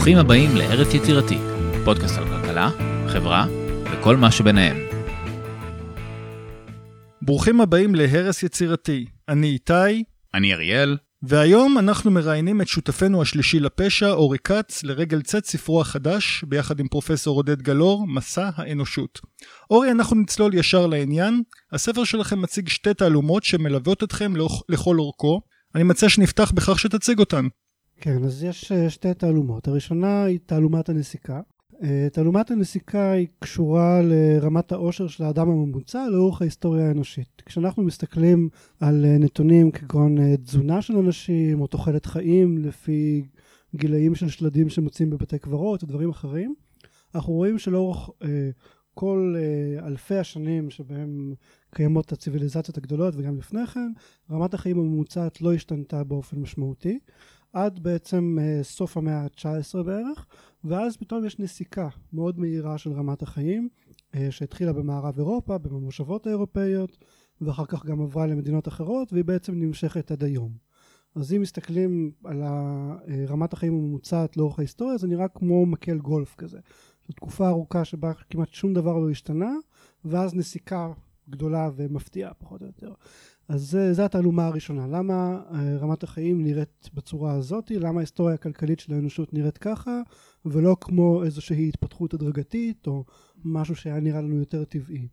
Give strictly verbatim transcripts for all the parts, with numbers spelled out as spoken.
ברוכים הבאים לארץ יצירתי, פודקאסט על כלכלה, חברה וכל מה שביניהם. ברוכים הבאים להרס יצירתי. אני איתי. אני אריאל. והיום אנחנו מראיינים את שותפנו השלישי לפשע, אורי כץ, לרגל צאת ספרו החדש, ביחד עם פרופסור עודד גלור, מסע האנושות. אורי, אנחנו נצלול ישר לעניין. הספר שלכם מציג שתי תעלומות שמלוות אתכם לכל אורכו. אני מציע שנפתח בכך שתציג אותן. כן, אז יש שתי תעלומות. הראשונה היא תעלומת הנסיקה. תעלומת הנסיקה היא קשורה לרמת העושר של האדם הממוצע לאורך ההיסטוריה האנושית. כשאנחנו מסתכלים על נתונים כגון תזונה של אנשים או תוחלת חיים לפי גילאים של שלדים שמוצאים בבתי קברות ודברים אחרים, אנחנו רואים שלאורך כל אלפי השנים שבהם קיימות הציביליזציות הגדולות וגם לפני כן, רמת החיים הממוצעת לא השתנתה באופן משמעותי. עד בעצם סוף המאה ה-תשע עשרה בערך, ואז פתאום יש נסיקה מאוד מהירה של רמת החיים, שהתחילה במערב אירופה, במושבות האירופאיות, ואחר כך גם עברה למדינות אחרות, והיא בעצם נמשכת עד היום. אז אם מסתכלים על רמת החיים הממוצעת לאורך ההיסטוריה, זה נראה כמו מקל גולף כזה. זו תקופה ארוכה שבה כמעט שום דבר לא השתנה, ואז נסיקה גדולה ומפתיעה פחות או יותר. אז זו התעלומה הראשונה. למה רמת החיים נראית בצורה הזאת? למה ההיסטוריה הכלכלית של האנושות נראית ככה, ולא כמו איזושהי התפתחות הדרגתית, או משהו שהיה נראה לנו יותר טבעי?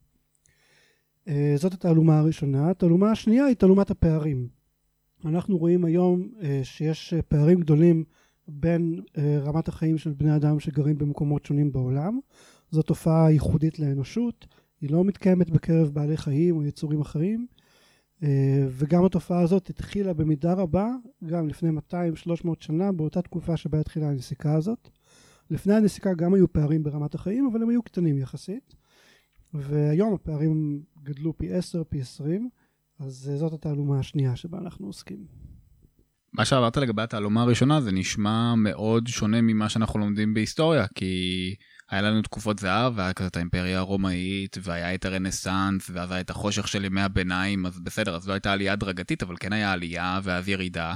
זאת התעלומה הראשונה. התעלומה השנייה היא תעלומת הפערים. אנחנו רואים היום שיש פערים גדולים בין רמת החיים של בני אדם שגרים במקומות שונים בעולם. זו תופעה ייחודית לאנושות, היא לא מתקיימת בקרב בעלי חיים או יצורים אחרים, וגם התופעה הזאת התחילה במידה רבה גם לפני מאתיים שלוש מאות שנה, באותה תקופה שבה התחילה הנסיקה הזאת. לפני הנסיקה גם היו פערים ברמת החיים, אבל הם היו קטנים יחסית, והיום הפערים גדלו פי עשר, פי עשרים, אז זאת התעלומה השנייה שבה אנחנו עוסקים. מה שאמרת לגבי התעלומה הראשונה זה נשמע מאוד שונה ממה שאנחנו לומדים בהיסטוריה, כי היה לנו תקופות זהב, והיה כזה את האימפריה הרומאית, והיה את הרנסנס, ואז היה את החושך של ימי הביניים, אז בסדר, אז לא הייתה עלייה דרגתית, אבל כן היה עלייה ואז ירידה,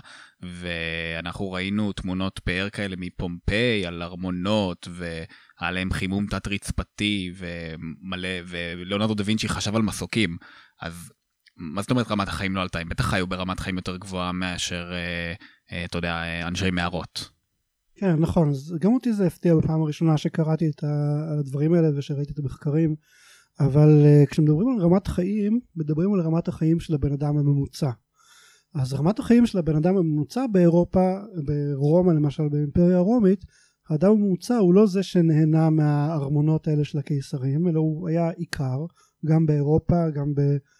ואנחנו ראינו תמונות פאר כאלה מפומפיי, על ארמונות, והיה להם חימום תת רצפתי, ומלא, ולאונרדו דה וינצ'י חשב על מסוקים, אז מה זאת אומרת רמת החיים לא עלתה? הם בטח חיו ברמת חיים יותר גבוהה מאשר, אתה יודע, אנשי מערות. כן, נכון. אז גם אותי זה הפתיע בפעם הראשונה שקראתי את הדברים האלה ושראיתי את המחקרים, אבל כשמדברים על רמת חיים, מדברים על רמת החיים של הבן אדם הממוצע. אז רמת החיים של הבן אדם הממוצע באירופה, ברומא למשל, באימפריה הרומית, האדם הממוצע הוא לא זה שנהנה מהארמונות האלה של הקיסרים, אלא הוא היה עיקר, גם באירופה, גם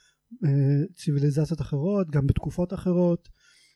בציביליזציות אחרות, גם בתקופות אחרות,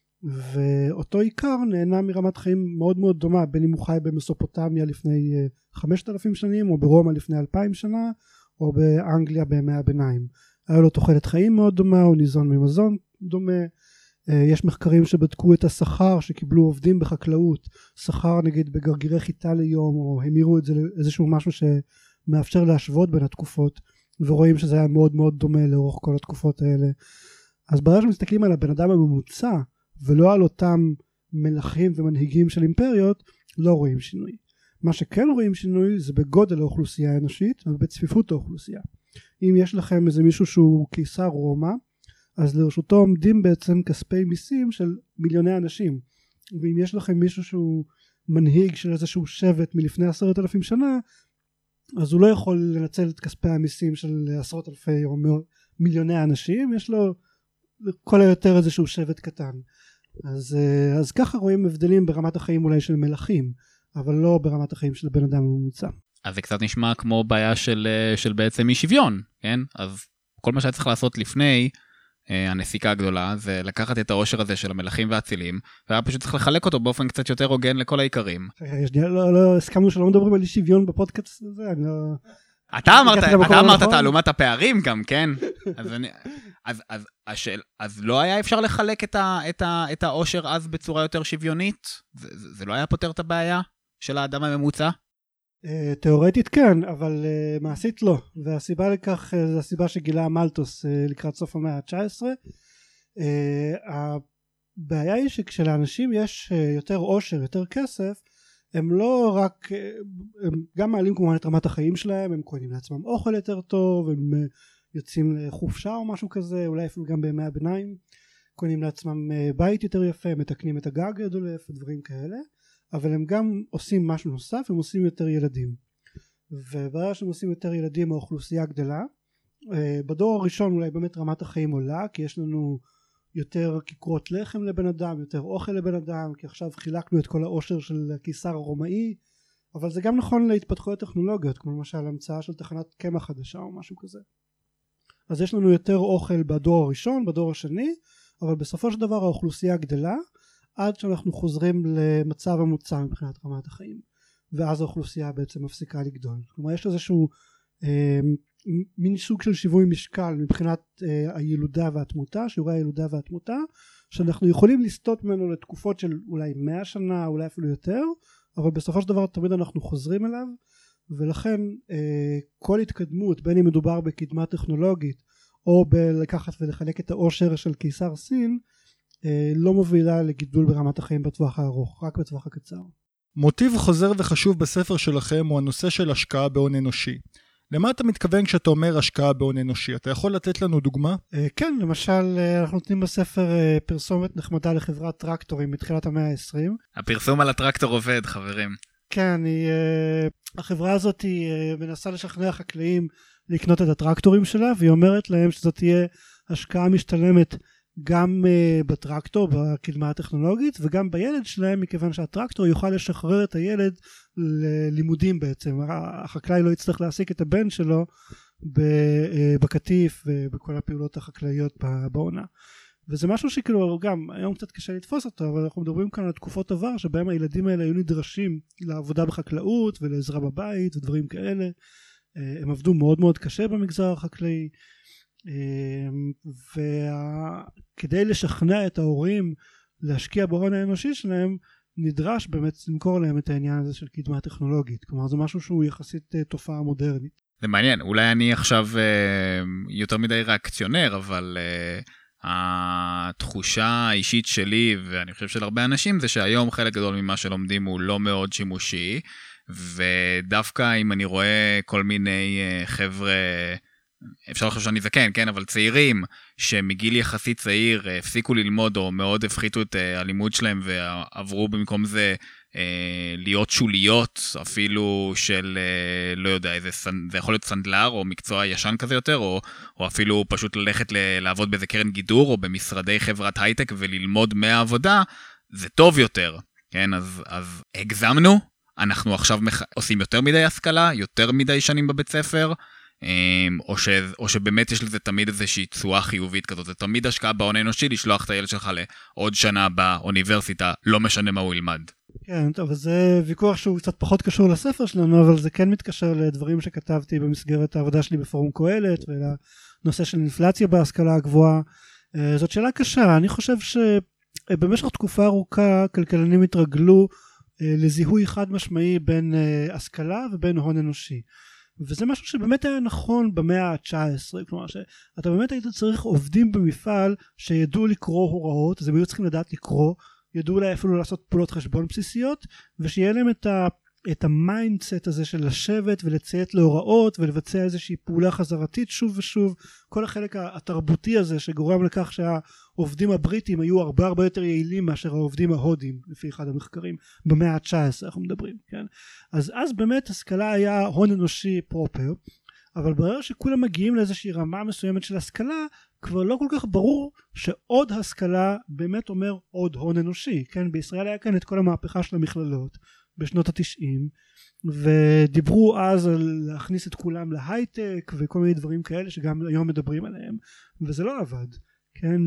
ואותו עיקר נהנה מרמת חיים מאוד מאוד דומה, בין אם הוא חי במסופוטמיה לפני חמשת אלפים שנים, או ברומא לפני אלפיים שנה, או באנגליה בימי הביניים. היה לו תוחלת חיים מאוד דומה, הוא ניזון ממזון דומה. יש מחקרים שבדקו את השכר שקיבלו עובדים בחקלאות, שכר נגיד בגרגירי חיטה ליום, או המירו את זה לאיזשהו משהו שמאפשר להשוות בין התקופות, ורואים שזה היה מאוד מאוד דומה לאורך כל התקופות האלה. אז ברגע שמסתכלים על הבן אדם הממוצע, ולא על אותם מלכים ומנהיגים של אימפריות, לא רואים שינוי. מה שכן רואים שינוי זה בגודל האוכלוסייה האנושית ובצפיפות האוכלוסייה. אם יש לכם איזה מישהו שהוא קיסר רומא, אז לרשותו עומדים בעצם כספי מיסים של מיליוני אנשים. ואם יש לכם מישהו שהוא מנהיג של איזשהו שבט מלפני עשרת אלפים שנה, אז הוא לא יכול לנצל את כספי המיסים של עשרות אלפי או מיליוני אנשים, יש לו כל היותר איזשהו שבט קטן. אז, אז ככה רואים הבדלים ברמת החיים אולי של מלכים, אבל לא ברמת החיים של בן אדם הממוצע. אז זה קצת נשמע כמו בעיה של, של בעצם אי שוויון, כן? אז כל מה שהיה צריך לעשות לפני הנסיקה הגדולה, זה לקחת את העושר הזה של המלכים והצילים, והיה פשוט צריך לחלק אותו באופן קצת יותר הוגן לכל העיקרים. לא, לא, הסכמנו שלא מדברים על אי שוויון בפודקאסט הזה, אני לא... אתה אמרת, אתה אמרת תעלומת הפערים גם, כן? אז אני, אז, אז, השאל, אז לא היה אפשר לחלק את ה, את ה, את העושר אז בצורה יותר שוויונית? זה, זה, זה לא היה פותר את הבעיה של האדם הממוצע? תיאורטית כן, אבל מעשית לא. והסיבה לכך, זה הסיבה שגילה מלטוס לקראת סוף המאה ה-תשע עשרה. הבעיה היא שכשלאנשים יש יותר עושר, יותר כסף, הם לא רק, הם גם מעלים כמובן את רמת החיים שלהם, הם קונים לעצמם אוכל יותר טוב, הם יוצאים לחופשה או משהו כזה, אולי אפילו גם בימי הביניים, קונים לעצמם בית יותר יפה, מתקנים את הגג הדולף ודברים כאלה, אבל הם גם עושים משהו נוסף, הם עושים יותר ילדים. וברגע שהם עושים יותר ילדים האוכלוסייה גדלה, בדור הראשון אולי באמת רמת החיים עולה, כי יש לנו יותר כיכרות לחם לבן אדם, יותר אוכל לבן אדם, כי עכשיו חילקנו את כל העושר של הקיסר הרומאי, אבל זה גם נכון להתפתחויות טכנולוגיות, כמו למשל המצאה של תחנת קמח חדשה או משהו כזה. אז יש לנו יותר אוכל בדור הראשון, בדור השני, אבל בסופו של דבר האוכלוסייה גדלה, עד שאנחנו חוזרים למצב המוצע מבחינת רמת החיים, ואז האוכלוסייה בעצם מפסיקה לגדול. כלומר יש איזשהו אה, מין סוג של שיווי משקל מבחינת אה, הילודה והתמותה, שיעורי הילודה והתמותה, שאנחנו יכולים לסטות ממנו לתקופות של אולי מאה שנה, אולי אפילו יותר, אבל בסופו של דבר תמיד אנחנו חוזרים אליו, ולכן אה, כל התקדמות, בין אם מדובר בקדמה טכנולוגית, או בלקחת ולחלק את העושר של קיסר סין, אה, לא מובילה לגידול ברמת החיים בטווח הארוך, רק בטווח הקצר. מוטיב חוזר וחשוב בספר שלכם הוא הנושא של השקעה בהון אנושי. למה אתה מתכוון כשאתה אומר השקעה בהון אנושי? אתה יכול לתת לנו דוגמה? כן, למשל אנחנו נותנים בספר פרסומת נחמדה לחברת טרקטורים מתחילת המאה ה-עשרים. הפרסום על הטרקטור עובד, חברים. כן, היא, החברה הזאת היא מנסה לשכנע חקלאים לקנות את הטרקטורים שלה, והיא אומרת להם שזאת תהיה השקעה משתלמת גם uh, בטרקטור, בקדמה הטכנולוגית, וגם בילד שלהם, מכיוון שהטרקטור יוכל לשחרר את הילד ללימודים בעצם. החקלאי לא יצטרך להעסיק את הבן שלו בקטיף ובכל הפעולות החקלאיות בעונה. וזה משהו שכאילו גם היום קצת קשה לתפוס אותו, אבל אנחנו מדברים כאן על תקופות עבר שבהם הילדים האלה היו נדרשים לעבודה בחקלאות ולעזרה בבית ודברים כאלה. הם עבדו מאוד מאוד קשה במגזר החקלאי, וכדי לשכנע את ההורים להשקיע בהון האנושי שלהם נדרש באמת למכור להם את העניין הזה של קדמה טכנולוגית. כלומר זה משהו שהוא יחסית תופעה מודרנית. זה מעניין, אולי אני עכשיו יותר מדי ריאקציונר, אבל התחושה האישית שלי ואני חושב של הרבה אנשים זה שהיום חלק גדול ממה שלומדים הוא לא מאוד שימושי, ודווקא אם אני רואה כל מיני חבר'ה, אפשר לחשוב שאני זקן, כן, אבל צעירים שמגיל יחסית צעיר הפסיקו ללמוד או מאוד הפחיתו את הלימוד שלהם ועברו במקום זה להיות שוליות, אפילו של לא יודע, איזה, זה יכול להיות סנדלר או מקצוע ישן כזה יותר, או, או אפילו פשוט ללכת ל- לעבוד באיזה קרן גידור או במשרדי חברת הייטק וללמוד מהעבודה, זה טוב יותר, כן, אז, אז הגזמנו, אנחנו עכשיו מח... עושים יותר מדי השכלה, יותר מדי שנים בבית ספר, או, ש... או שבאמת יש לזה תמיד איזושהי תשואה חיובית כזאת, זה תמיד השקעה בהון האנושי לשלוח את הילד שלך לעוד שנה באוניברסיטה, לא משנה מה הוא ילמד. כן, טוב, זה ויכוח שהוא קצת פחות קשור לספר שלנו, אבל זה כן מתקשר לדברים שכתבתי במסגרת העבודה שלי בפורום קהלת, ולנושא של אינפלציה בהשכלה הגבוהה. זאת שאלה קשה, אני חושב שבמשך תקופה ארוכה כלכלנים התרגלו לזיהוי חד משמעי בין השכלה ובין הון אנושי. וזה משהו שבאמת היה נכון במאה ה-תשע עשרה, כלומר שאתה באמת היית צריך עובדים במפעל שידעו לקרוא הוראות, אז הם היו צריכים לדעת לקרוא, ידעו אולי אפילו לעשות פעולות חשבון בסיסיות, ושיהיה להם את ה... את המיינדסט הזה של לשבת ולציית להוראות ולבצע איזושהי פעולה חזרתית שוב ושוב, כל החלק התרבותי הזה שגורם לכך שהעובדים הבריטים היו הרבה הרבה יותר יעילים מאשר העובדים ההודים, לפי אחד המחקרים במאה ה-תשע עשרה אנחנו מדברים, כן? אז אז באמת השכלה היה הון אנושי פרופר, אבל ברגע שכולם מגיעים לאיזושהי רמה מסוימת של השכלה, כבר לא כל כך ברור שעוד השכלה באמת אומר עוד הון אנושי, כן? בישראל היה כאן את כל המהפכה של המכללות בשנות התשעים, ודיברו אז על להכניס את כולם להייטק וכל מיני דברים כאלה שגם היום מדברים עליהם, וזה לא עבד, כן?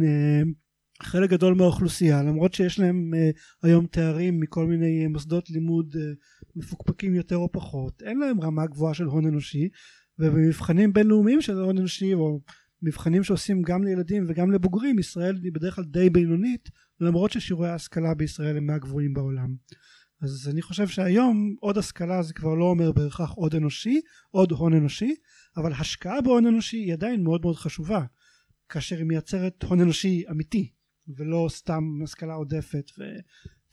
חלק גדול מהאוכלוסייה, למרות שיש להם היום תארים מכל מיני מוסדות לימוד מפוקפקים יותר או פחות, אין להם רמה גבוהה של הון אנושי, ובמבחנים בינלאומיים של הון אנושי או מבחנים שעושים גם לילדים וגם לבוגרים, ישראל היא בדרך כלל די בינונית, למרות ששיעורי ההשכלה בישראל הם מהגבוהים בעולם. אז אני חושב שהיום עוד השכלה זה כבר לא אומר בהכרח עוד אנושי, עוד הון אנושי, אבל השקעה בהון אנושי היא עדיין מאוד מאוד חשובה, כאשר היא מייצרת הון אנושי אמיתי, ולא סתם השכלה עודפת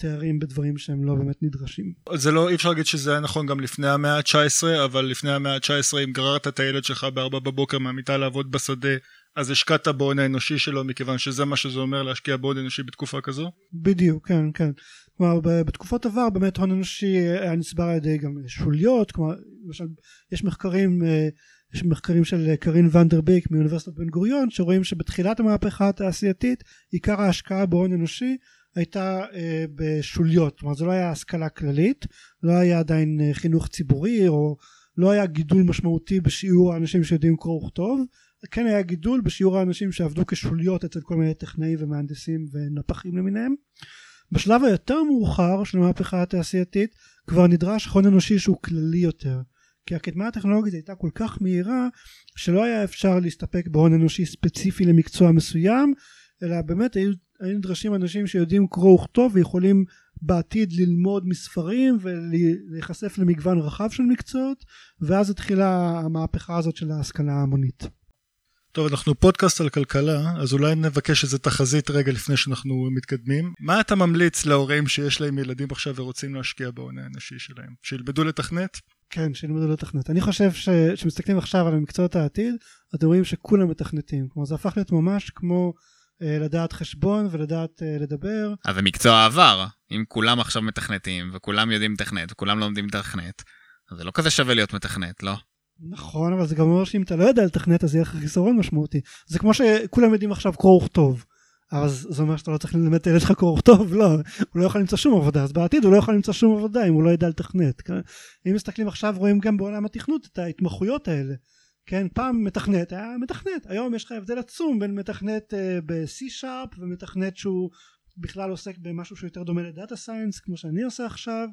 תארים בדברים שהם לא באמת נדרשים. זה לא, אי אפשר להגיד שזה היה נכון גם לפני המאה ה-תשע עשרה, אבל לפני המאה ה-תשע עשרה אם גררת את הילד שלך בארבע בבוקר מהמיטה לעבוד בשדה, אז השקעת בהון האנושי שלו, מכיוון שזה מה שזה אומר להשקיע בהון אנושי בתקופה כזו? בדיוק, כן, כן. כלומר, בתקופות עבר באמת הון אנושי היה נסבר על ידי גם שוליות, כלומר, למשל, יש מחקרים, יש מחקרים של קרין ונדר ביק מאוניברסיטת בן גוריון, שרואים שבתחילת המהפכה התעשייתית, עיקר ההשקעה בהון אנושי הייתה אה, בשוליות, כלומר זה לא היה השכלה כללית, לא היה עדיין אה, חינוך ציבורי, או לא היה גידול משמעותי בשיעור האנשים שיודעים קרוא וכתוב, כן היה גידול בשיעור האנשים שעבדו כשוליות אצל כל מיני טכנאים ומהנדסים ונפחים למיניהם. בשלב היותר מאוחר של המהפכה התעשייתית כבר נדרש הון אנושי שהוא כללי יותר, כי הקדמה הטכנולוגית הייתה כל כך מהירה שלא היה אפשר להסתפק בהון אנושי ספציפי למקצוע מסוים, אלא באמת היו, היו נדרשים אנשים שיודעים קרוא וכתוב ויכולים בעתיד ללמוד מספרים ולהיחשף למגוון רחב של מקצועות, ואז התחילה המהפכה הזאת של ההשכלה ההמונית. טוב, אנחנו פודקאסט על כלכלה, אז אולי נבקש איזה תחזית רגע לפני שאנחנו מתקדמים. מה אתה ממליץ להורים שיש להם ילדים עכשיו ורוצים להשקיע בהון האנושי שלהם? שילמדו לתכנת? כן, שילמדו לתכנת. אני חושב שמסתכלים עכשיו על מקצועות העתיד, אתם רואים שכולם מתכנתים. כלומר, זה הפך להיות ממש כמו אה, לדעת חשבון ולדעת אה, לדבר. אז זה מקצוע עבר. אם כולם עכשיו מתכנתים וכולם יודעים לתכנת וכולם לומדים לתכנת, אז זה לא כזה שווה להיות מתכנת, לא? נכון, אבל זה גם אומר שאם אתה לא יודע לתכנת אז יהיה לך חיסרון משמעותי. זה כמו שכולם יודעים עכשיו קרוא וכתוב, אבל זה אומר שאתה לא צריך ללמד את הילד שלך קרוא וכתוב, לא, הוא לא יכול למצוא שום עבודה, אז בעתיד הוא לא יכול למצוא שום עבודה אם הוא לא ידע לתכנת. אם מסתכלים עכשיו רואים גם בעולם התכנות את ההתמחויות האלה, כן, פעם מתכנת היה מתכנת, היום יש לך הבדל עצום בין מתכנת ב-C-Sharp ומתכנת שהוא בכלל עוסק במשהו שיותר דומה לדאטה סיינס כמו שאני עושה עכשיו,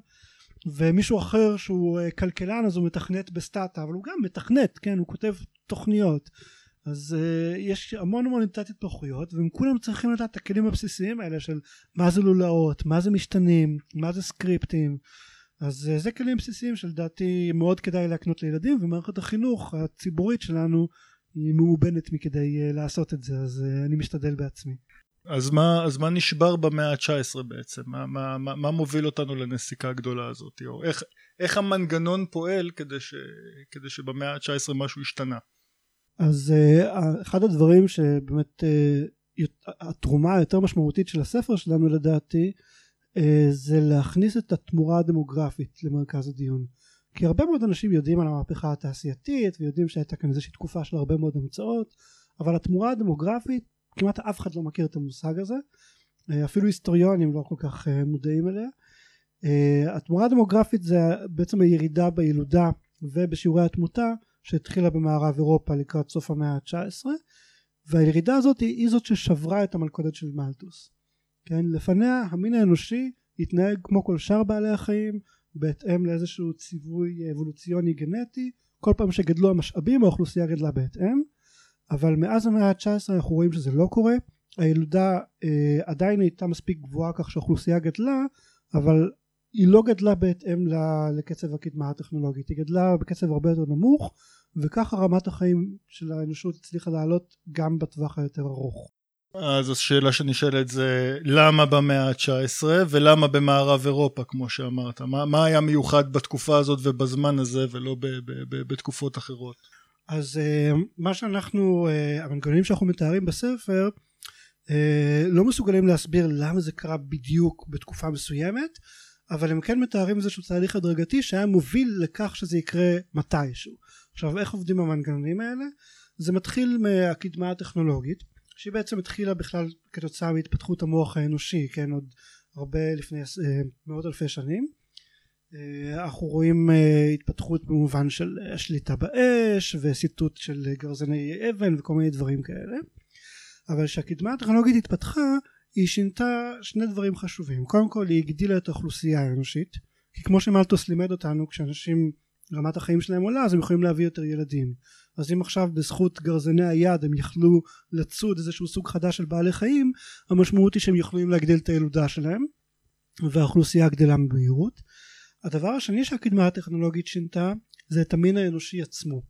ומישהו אחר שהוא כלכלן אז הוא מתכנת בסטאטה, אבל הוא גם מתכנת, כן, הוא כותב תוכניות. אז uh, יש המון המון תת התפתחויות, והם כולם צריכים לדעת את הכלים הבסיסיים האלה של מה זה לולאות, מה זה משתנים, מה זה סקריפטים. אז uh, זה כלים בסיסיים שלדעתי מאוד כדאי להקנות לילדים, ומערכת החינוך הציבורית שלנו היא מאובנת מכדי uh, לעשות את זה, אז uh, אני משתדל בעצמי. אז מה, אז מה נשבר במאה ה-תשע עשרה בעצם? מה, מה, מה, מה מוביל אותנו לנסיקה הגדולה הזאת? או איך, איך המנגנון פועל כדי, ש, כדי שבמאה ה-תשע עשרה משהו השתנה? אז uh, אחד הדברים שבאמת uh, התרומה היותר משמעותית של הספר שלנו לדעתי uh, זה להכניס את התמורה הדמוגרפית למרכז הדיון. כי הרבה מאוד אנשים יודעים על המהפכה התעשייתית ויודעים שהייתה כאן איזושהי תקופה של הרבה מאוד המצאות, אבל התמורה הדמוגרפית כמעט אף אחד לא מכיר את המושג הזה, אפילו היסטוריונים לא כל כך מודעים אליה. התמורה הדמוגרפית זה בעצם הירידה בילודה ובשיעורי התמותה שהתחילה במערב אירופה לקראת סוף המאה ה-תשע עשרה, והירידה הזאת היא זאת ששברה את המלכודת של מלתוס. כן? לפניה המין האנושי התנהג כמו כל שאר בעלי החיים, בהתאם לאיזשהו ציווי אבולוציוני גנטי, כל פעם שגדלו המשאבים האוכלוסייה גדלה בהתאם, אבל מאז המאה ה-תשע עשרה אנחנו רואים שזה לא קורה, הילודה אה, עדיין הייתה מספיק גבוהה כך שהאוכלוסייה גדלה, אבל היא לא גדלה בהתאם לקצב הקדמה הטכנולוגית, היא גדלה בקצב הרבה יותר נמוך, וככה רמת החיים של האנושות הצליחה לעלות גם בטווח היותר ארוך. אז השאלה שנשאלת זה למה במאה ה-תשע עשרה ולמה במערב אירופה כמו שאמרת, מה, מה היה מיוחד בתקופה הזאת ובזמן הזה ולא ב, ב, ב, בתקופות אחרות? אז מה שאנחנו, המנגנונים שאנחנו מתארים בספר לא מסוגלים להסביר למה זה קרה בדיוק בתקופה מסוימת, אבל הם כן מתארים איזשהו תהליך הדרגתי שהיה מוביל לכך שזה יקרה מתישהו. עכשיו איך עובדים המנגנונים האלה? זה מתחיל מהקדמה הטכנולוגית שהיא בעצם התחילה בכלל כתוצאה מהתפתחות המוח האנושי, כן, עוד הרבה לפני מאות אלפי שנים. אנחנו רואים התפתחות במובן של שליטה באש וסיטוט של גרזני אבן וכל מיני דברים כאלה, אבל כשהקדמה הטכנולוגית התפתחה היא שינתה שני דברים חשובים. קודם כל היא הגדילה את האוכלוסייה האנושית, כי כמו שמלתוס לימד אותנו, כשאנשים רמת החיים שלהם עולה אז הם יכולים להביא יותר ילדים. אז אם עכשיו בזכות גרזני היד הם יכלו לצוד איזשהו סוג חדש של בעלי חיים, המשמעות היא שהם יכולים להגדיל את הילודה שלהם והאוכלוסייה גדלה במהירות. הדבר השני שהקדמה הטכנולוגית שינתה זה את המין האנושי עצמו.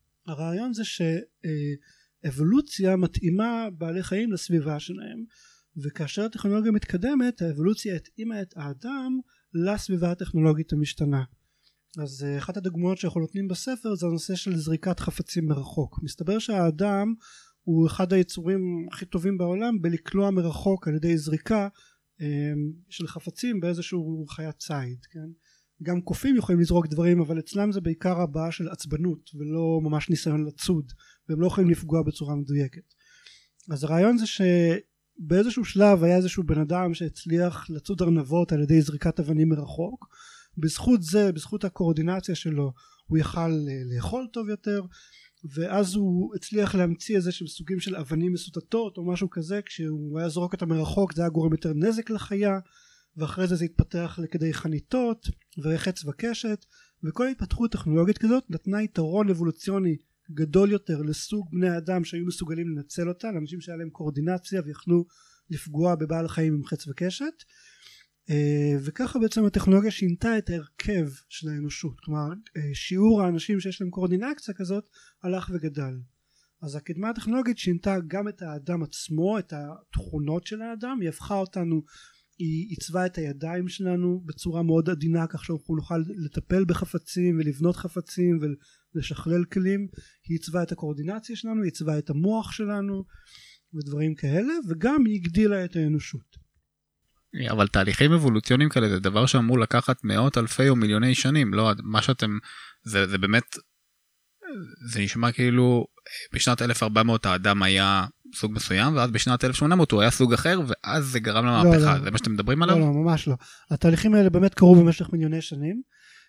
הרעיון זה שאבולוציה מתאימה בעלי חיים לסביבה שלהם, וכאשר הטכנולוגיה מתקדמת, האבולוציה התאימה את האדם לסביבה הטכנולוגית המשתנה. אז אחת הדוגמאות שאנחנו נותנים בספר זה הנושא של זריקת חפצים מרחוק. מסתבר שהאדם הוא אחד היצורים הכי טובים בעולם בלקלוע מרחוק על ידי זריקה של חפצים באיזשהו חיית ציד, כן? גם קופים יכולים לזרוק דברים, אבל אצלם זה בעיקר הבעה של עצבנות ולא ממש ניסיון לצוד, והם לא יכולים לפגוע בצורה מדויקת. אז הרעיון זה שבאיזשהו שלב היה איזשהו בן אדם שהצליח לצוד ארנבות על ידי זריקת אבנים מרחוק. בזכות זה, בזכות הקואורדינציה שלו, הוא יכל לאכול טוב יותר, ואז הוא הצליח להמציא איזה שהם סוגים של אבנים מסוטטות או משהו כזה. כשהוא היה זורק אותה מרחוק זה היה גורם יותר נזק לחיה, ואחרי זה זה התפתח לכדי חניתות וחץ וקשת, וכל ההתפתחות טכנולוגית כזאת נתנה יתרון אבולוציוני גדול יותר לסוג בני האדם שהיו מסוגלים לנצל אותה, לאנשים שהיה להם קואורדינציה ויכלו לפגוע בבעל חיים עם חץ וקשת. וככה בעצם הטכנולוגיה שינתה את ההרכב של האנושות, כלומר שיעור האנשים שיש להם קואורדינציה כזאת הלך וגדל. אז הקדמה הטכנולוגית שינתה גם את האדם עצמו, את התכונות של האדם, היא הפכה אותנו, היא עיצבה את הידיים שלנו בצורה מאוד עדינה כך שאנחנו נוכל לטפל בחפצים ולבנות חפצים ולשכלל כלים. היא עיצבה את הקואורדינציה שלנו, היא עיצבה את המוח שלנו ודברים כאלה, וגם היא הגדילה את האנושות. אבל תהליכים אבולוציוניים כאלה זה דבר שאמור לקחת מאות אלפי או מיליוני שנים, לא? מה שאתם, זה, זה באמת, זה נשמע כאילו בשנת אלף וארבע מאות האדם היה סוג מסוים, ואז בשנת אלף ושמונה מאות הוא היה סוג אחר, ואז זה גרם למהפכה. לא, זה לא. מה שאתם מדברים עליו? לא, לא, ממש לא. התהליכים האלה באמת קרו במשך מיליוני שנים.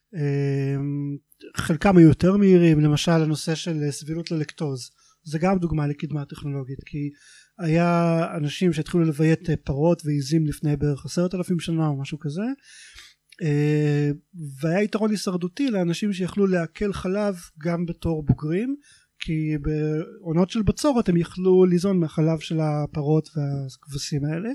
חלקם היו יותר מהירים, למשל הנושא של סבילות ללקטוז. זה גם דוגמה לקדמה טכנולוגית, כי היה אנשים שהתחילו לביית פרות ועיזים לפני בערך עשרת אלפים שנה או משהו כזה, והיה יתרון הישרדותי לאנשים שיכלו להקל חלב גם בתור בוגרים, כי בעונות של בצורת הם יכלו ליזון מהחלב של הפרות והכבשים האלה.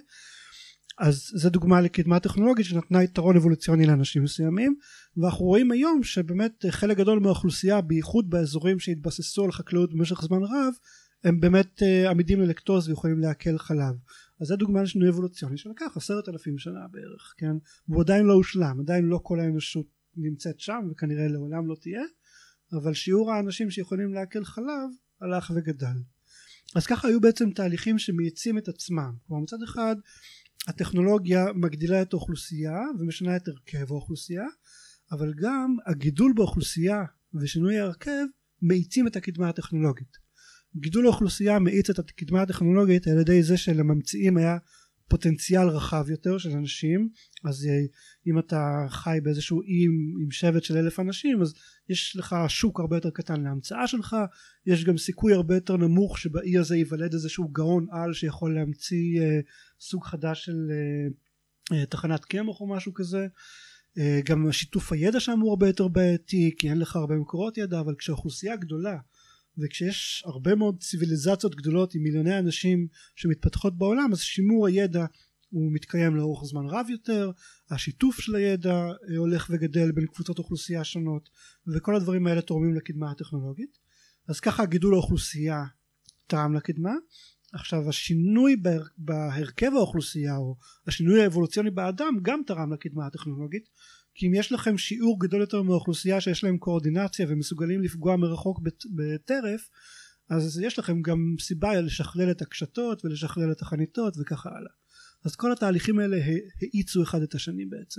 אז זה דוגמה לקדמה טכנולוגית שנתנה יתרון אבולוציוני לאנשים מסוימים, ואנחנו רואים היום שבאמת חלק גדול מהאוכלוסייה, בייחוד באזורים שהתבססו על חקלאות במשך זמן רב, הם באמת עמידים ללקטוז ויכולים להקל חלב. אז זה דוגמה לשינוי אבולוציוני שלקח עשרת אלפים שנה בערך, כן? והוא עדיין לא הושלם, עדיין לא כל האנושות נמצאת שם וכנראה לעולם לא תהיה, אבל שיעור האנשים שיכולים להקל חלב הלך וגדל. אז ככה היו בעצם תהליכים שמייצים את עצמם. כלומר מצד אחד הטכנולוגיה מגדילה את האוכלוסייה ומשנה את הרכב האוכלוסייה, אבל גם הגידול באוכלוסייה ושינוי ההרכב מאיצים את הקדמה הטכנולוגית. גידול האוכלוסייה מאיץ את הקדמה הטכנולוגית על ידי זה שלממציאים היה פוטנציאל רחב יותר של אנשים. אז אם אתה חי באיזשהו אי עם שבט של אלף אנשים, אז יש לך שוק הרבה יותר קטן להמצאה שלך, יש גם סיכוי הרבה יותר נמוך שבאי הזה ייוולד איזשהו גאון על שיכול להמציא אה, סוג חדש של אה, אה, תחנת קמח או משהו כזה. אה, גם שיתוף הידע שם הוא הרבה יותר בעייתי, כי אין לך הרבה מקורות ידע, אבל כשהאוכלוסייה גדולה וכשיש הרבה מאוד ציוויליזציות גדולות עם מיליוני אנשים שמתפתחות בעולם, אז שימור הידע הוא מתקיים לאורך זמן רב יותר, השיתוף של הידע הולך וגדל בין קבוצות אוכלוסייה שונות, וכל הדברים האלה תורמים לקדמה הטכנולוגית. אז ככה הגידול האוכלוסייה תרם לקדמה. עכשיו השינוי בהרכב האוכלוסייה או השינוי האבולוציוני באדם גם תרם לקדמה הטכנולוגית, כי אם יש לכם שיעור גדול יותר מהאוכלוסייה שיש להם קואורדינציה ומסוגלים לפגוע מרחוק בטרף, אז יש לכם גם סיבה לשכלל את הקשתות ולשכלל את החניתות וככה הלאה. אז כל התהליכים האלה האיצו אחד את השני בעצם.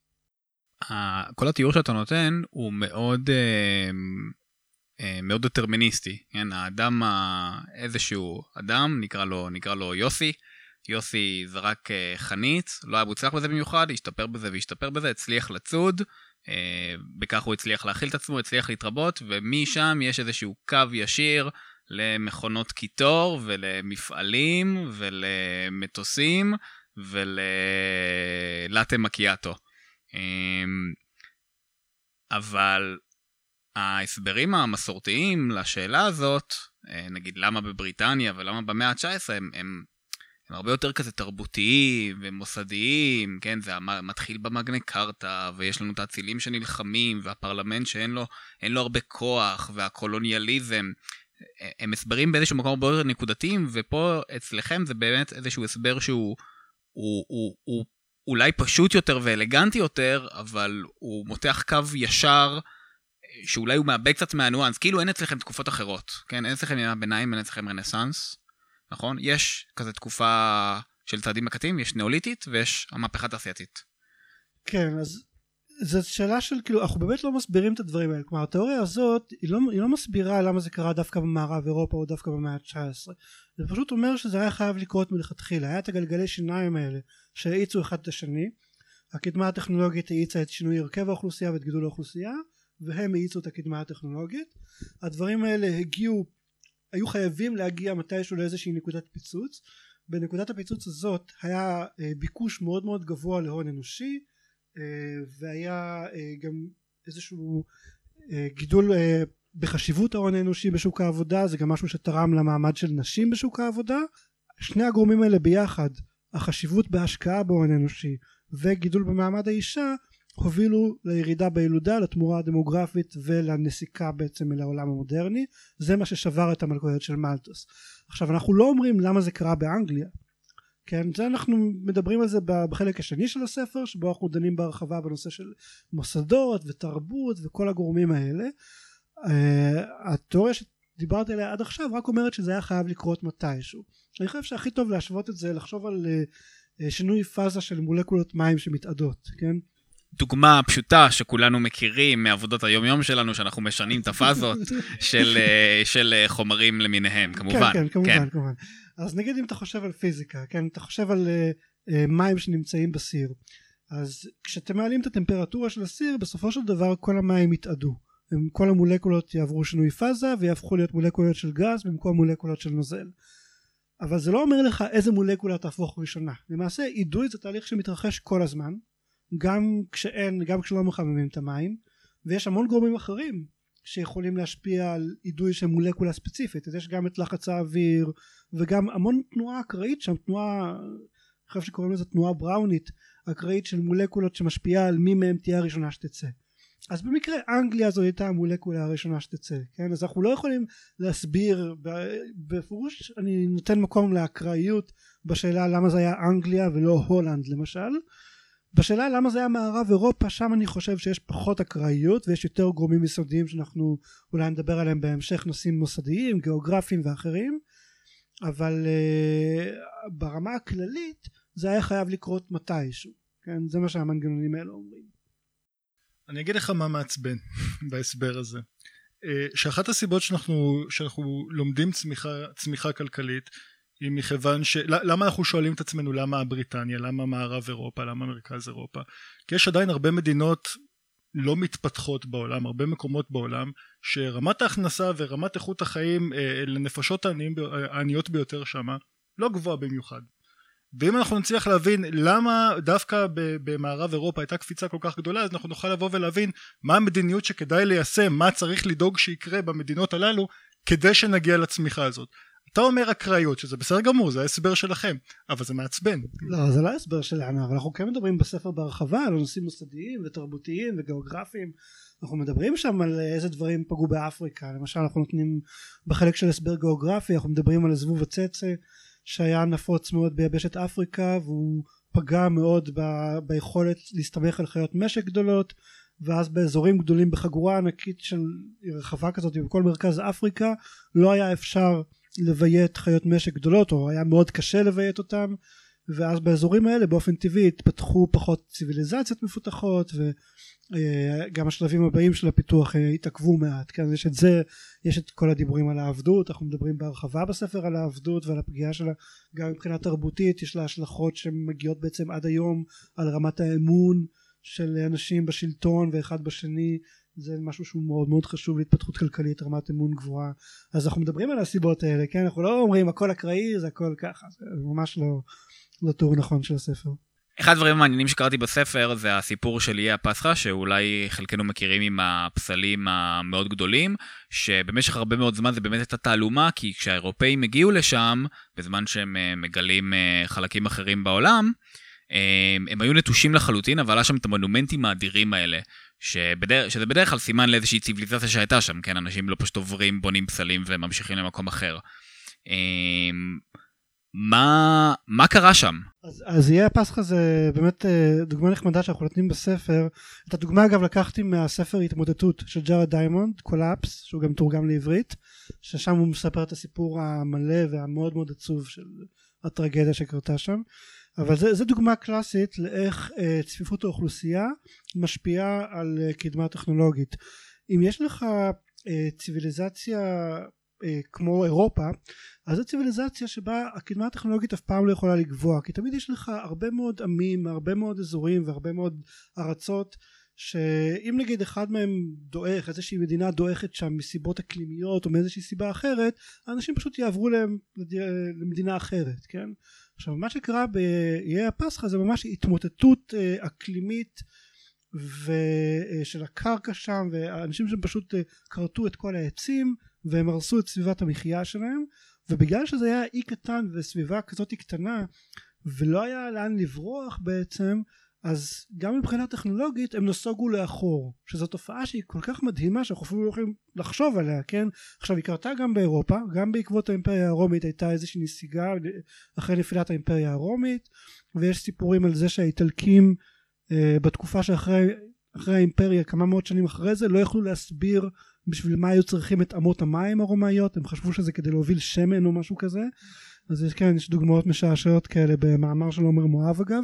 כל התיאור שאתה נותן הוא מאוד מאוד דטרמיניסטי. האדם, איזשהו אדם, נקרא לו, נקרא לו יוסי, יוסי זרק חנית, לא היה מוצלח בזה במיוחד, השתפר בזה והשתפר בזה, הצליח לצוד, בכך הוא הצליח להכיל את עצמו, הצליח להתרבות, ומשם יש איזשהו קו ישיר למכונות קיטור ולמפעלים ולמטוסים וללאטה מקיאטו. אבל ההסברים המסורתיים לשאלה הזאת, נגיד למה בבריטניה ולמה במאה ה-תשע עשרה, הם, הם, הם הרבה יותר כזה תרבותיים ומוסדיים, כן? זה מתחיל במגנה קרטה, ויש לנו את האצילים שנלחמים, והפרלמנט שאין לו, אין לו הרבה כוח, והקולוניאליזם, הם הסברים באיזשהו מקום הרבה יותר נקודתיים, ופה אצלכם זה באמת איזשהו הסבר שהוא הוא, הוא, הוא אולי פשוט יותר ואלגנטי יותר, אבל הוא מותח קו ישר, שאולי הוא מאבד קצת מהניואנס, כאילו אין אצלכם תקופות אחרות, כן? אין אצלכם ימי הביניים, אין אצלכם רנסנס, נכון? יש כזה תקופה של צעדים מקטים, יש נאוליתית ויש המהפכה התעשייתית. כן, אז זו שאלה של, כאילו, אנחנו באמת לא מסבירים את הדברים האלה, כלומר, התיאוריה הזאת, היא לא, היא לא מסבירה למה זה קרה דווקא במערב אירופה או דווקא במאה ה-תשע עשרה, זה פשוט אומר שזה היה חייב לקרות מלכתחילה, היה את הגלגלי שיניים האלה, שהאיצו אחד את השני, הקדמה הטכנולוגית האיצה את שינוי הרכב האוכלוסייה ואת גידול האוכלוסייה, והם האיצו את הקדמה הטכנולוגית, הדברים האלה הגיעו, היו חייבים להגיע מתישהו לאיזושהי נקודת פיצוץ, בנקודת הפיצוץ הזאת היה ביקוש מאוד מאוד גבוה להון אנושי, והיה גם איזשהו גידול בחשיבות ההון האנושי בשוק העבודה, זה גם משהו שתרם למעמד של נשים בשוק העבודה. שני הגורמים האלה ביחד, החשיבות בהשקעה בהון אנושי וגידול במעמד האישה, הובילו לירידה בילודה, לתמורה הדמוגרפית ולנסיקה בעצם אל העולם המודרני. זה מה ששבר את המלכודת של מלתוס. עכשיו אנחנו לא אומרים למה זה קרה באנגליה, כן, זה אנחנו מדברים על זה בחלק השני של הספר, שבו אנחנו דנים בהרחבה בנושא של מוסדות ותרבות וכל הגורמים האלה. התיאוריה שדיברתי עליה עד עכשיו רק אומרת שזה היה חייב לקרות מתישהו. אני חושב שהכי טוב להשוות את זה, לחשוב על שינוי פאזה של מולקולות מים שמתאדות, כן? דוגמה פשוטה שכולנו מכירים מעבודות היום יום שלנו, שאנחנו משנים את הפאזות של, של חומרים למיניהם, כמובן. כן, כן, כמובן, כן. כמובן. אז נגיד אם אתה חושב על פיזיקה, כן, אתה חושב על uh, uh, מים שנמצאים בסיר, אז כשאתם מעלים את הטמפרטורה של הסיר, בסופו של דבר כל המים יתאדו, כל המולקולות יעברו שינוי פאזה ויהפכו להיות מולקולות של גז במקום מולקולות של נוזל. אבל זה לא אומר לך איזה מולקולה תהפוך ראשונה. למעשה אידוי זה תהליך שמתרחש כל הזמן, גם כשאין, גם כשלא מחממים את המים, ויש המון גורמים אחרים שיכולים להשפיע על אידוי של מולקולה ספציפית. אז יש גם את לחץ האוויר וגם המון תנועה אקראית שם, תנועה, אני חושב שקוראים לזה תנועה בראונית, אקראית של מולקולות שמשפיעה על מי מהם תהיה הראשונה שתצא. אז במקרה אנגליה זו הייתה המולקולה הראשונה שתצא, כן? אז אנחנו לא יכולים להסביר, בפירוש אני נותן מקום לאקראיות בשאלה למה זה היה אנגליה ולא הולנד למשל. בשאלה למה זה היה מערב אירופה, שם אני חושב שיש פחות אקראיות ויש יותר גורמים יסודיים שאנחנו אולי נדבר עליהם בהמשך, נושאים מוסדיים, גיאוגרפיים ואחרים, אבל uh, ברמה הכללית זה היה חייב לקרות מתישהו, כן? זה מה שהמנגנונים האלה אומרים. אני אגיד לך מה מעצבן בהסבר הזה, שאחת הסיבות שאנחנו, שאנחנו לומדים צמיחה, צמיחה כלכלית, היא מכיוון ש... למה אנחנו שואלים את עצמנו למה בריטניה, למה מערב אירופה, למה מרכז אירופה? כי יש עדיין הרבה מדינות לא מתפתחות בעולם, הרבה מקומות בעולם, שרמת ההכנסה ורמת איכות החיים לנפשות העניות ביותר שמה, לא גבוהה במיוחד. ואם אנחנו נצליח להבין למה דווקא במערב אירופה הייתה קפיצה כל כך גדולה, אז אנחנו נוכל לבוא ולהבין מה המדיניות שכדאי ליישם, מה צריך לדאוג שיקרה במדינות הללו, כדי שנגיע לצמיחה הזאת. אתה אומר אקראיות, שזה בסדר גמור, זה ההסבר שלכם, אבל זה מעצבן. לא, זה לא ההסבר שלנו, אבל אנחנו כן מדברים בספר בהרחבה על נושאים מוסדיים ותרבותיים וגיאוגרפיים. אנחנו מדברים שם על איזה דברים פגעו באפריקה, למשל אנחנו נותנים בחלק של הסבר גיאוגרפי, אנחנו מדברים על זבוב הצצה, שהיה נפוץ מאוד ביבשת אפריקה, והוא פגע מאוד ב- ביכולת להסתמך על חיות משק גדולות, ואז באזורים גדולים בחגורה ענקית של רחבה כזאת בכל מרכז אפריקה, לא היה אפשר לביית חיות משק גדולות, או היה מאוד קשה לביית אותם, ואז באזורים האלה באופן טבעי התפתחו פחות ציוויליזציות מפותחות, וגם השלבים הבאים של הפיתוח התעכבו מעט, כן? יש את זה, יש את כל הדיבורים על העבדות, אנחנו מדברים בהרחבה בספר על העבדות ועל הפגיעה שלה, גם מבחינה תרבותית יש לה השלכות שמגיעות בעצם עד היום על רמת האמון של אנשים בשלטון ואחד בשני, זה משהו שהוא מאוד מאוד חשוב להתפתחות כלכלית, רמת אמון גבוהה. אז אנחנו מדברים על הסיבות האלה, כן? אנחנו לא אומרים הכל אקראי, זה הכל ככה, זה ממש לא, לא תיאור נכון של הספר. אחד הדברים המעניינים שקראתי בספר זה הסיפור של איי הפסחא, שאולי חלקנו מכירים עם הפסלים המאוד גדולים, שבמשך הרבה מאוד זמן זה באמת הייתה תעלומה, כי כשהאירופאים הגיעו לשם, בזמן שהם מגלים חלקים אחרים בעולם, הם היו נטושים לחלוטין, אבל היה שם את המונומנטים האדירים האלה, שבדרך, שזה בדרך כלל סימן לאיזושהי ציוויליזציה שהייתה שם, כן, אנשים לא פשוט עוברים, בונים פסלים וממשיכים למקום אחר. מה, מה קרה שם? אז, אז יהיה הפסחא זה באמת דוגמה נחמדה שאנחנו נותנים בספר. את הדוגמה אגב לקחתי מהספר התמודדות של ג'ארד דיימונד, קולאפס, שהוא גם תורגם לעברית, ששם הוא מספר את הסיפור המלא והמאוד מאוד עצוב של הטרגדיה שקרתה שם. אבל זה, זה דוגמה קלאסית לאיך אה, צפיפות האוכלוסייה משפיעה על אה, קדמה טכנולוגית. אם יש לך אה, ציוויליזציה אה, כמו אירופה, אז זו ציוויליזציה שבה הקדמה הטכנולוגית אף פעם לא יכולה לגבוה, כי תמיד יש לך הרבה מאוד עמים, הרבה מאוד אזורים והרבה מאוד ארצות, שאם נגיד אחד מהם דועך, איזושהי מדינה דועכת שם מסיבות אקלימיות או מאיזושהי סיבה אחרת, האנשים פשוט יעברו להם למדינה אחרת, כן? עכשיו מה שקרה באיי הפסחא זה ממש התמוטטות אקלימית ושל הקרקע שם, והאנשים שם פשוט קרטו את כל העצים והם הרסו את סביבת המחיה שלהם, ובגלל שזה היה אי קטן וסביבה כזאת קטנה ולא היה לאן לברוח בעצם, אז גם מבחינה טכנולוגית הם נסוגו לאחור, שזו תופעה שהיא כל כך מדהימה שאנחנו אפילו לא יכולים לחשוב עליה, כן? עכשיו היא קרתה גם באירופה, גם בעקבות האימפריה הרומית הייתה איזושהי נסיגה אחרי נפילת האימפריה הרומית, ויש סיפורים על זה שהאיטלקים אה, בתקופה שאחרי אחרי האימפריה, כמה מאות שנים אחרי זה, לא יכלו להסביר בשביל מה היו צריכים את אמות המים הרומאיות, הם חשבו שזה כדי להוביל שמן או משהו כזה. אז כן, יש דוגמאות משעשעות כאלה במאמר של עומר מואב אגב,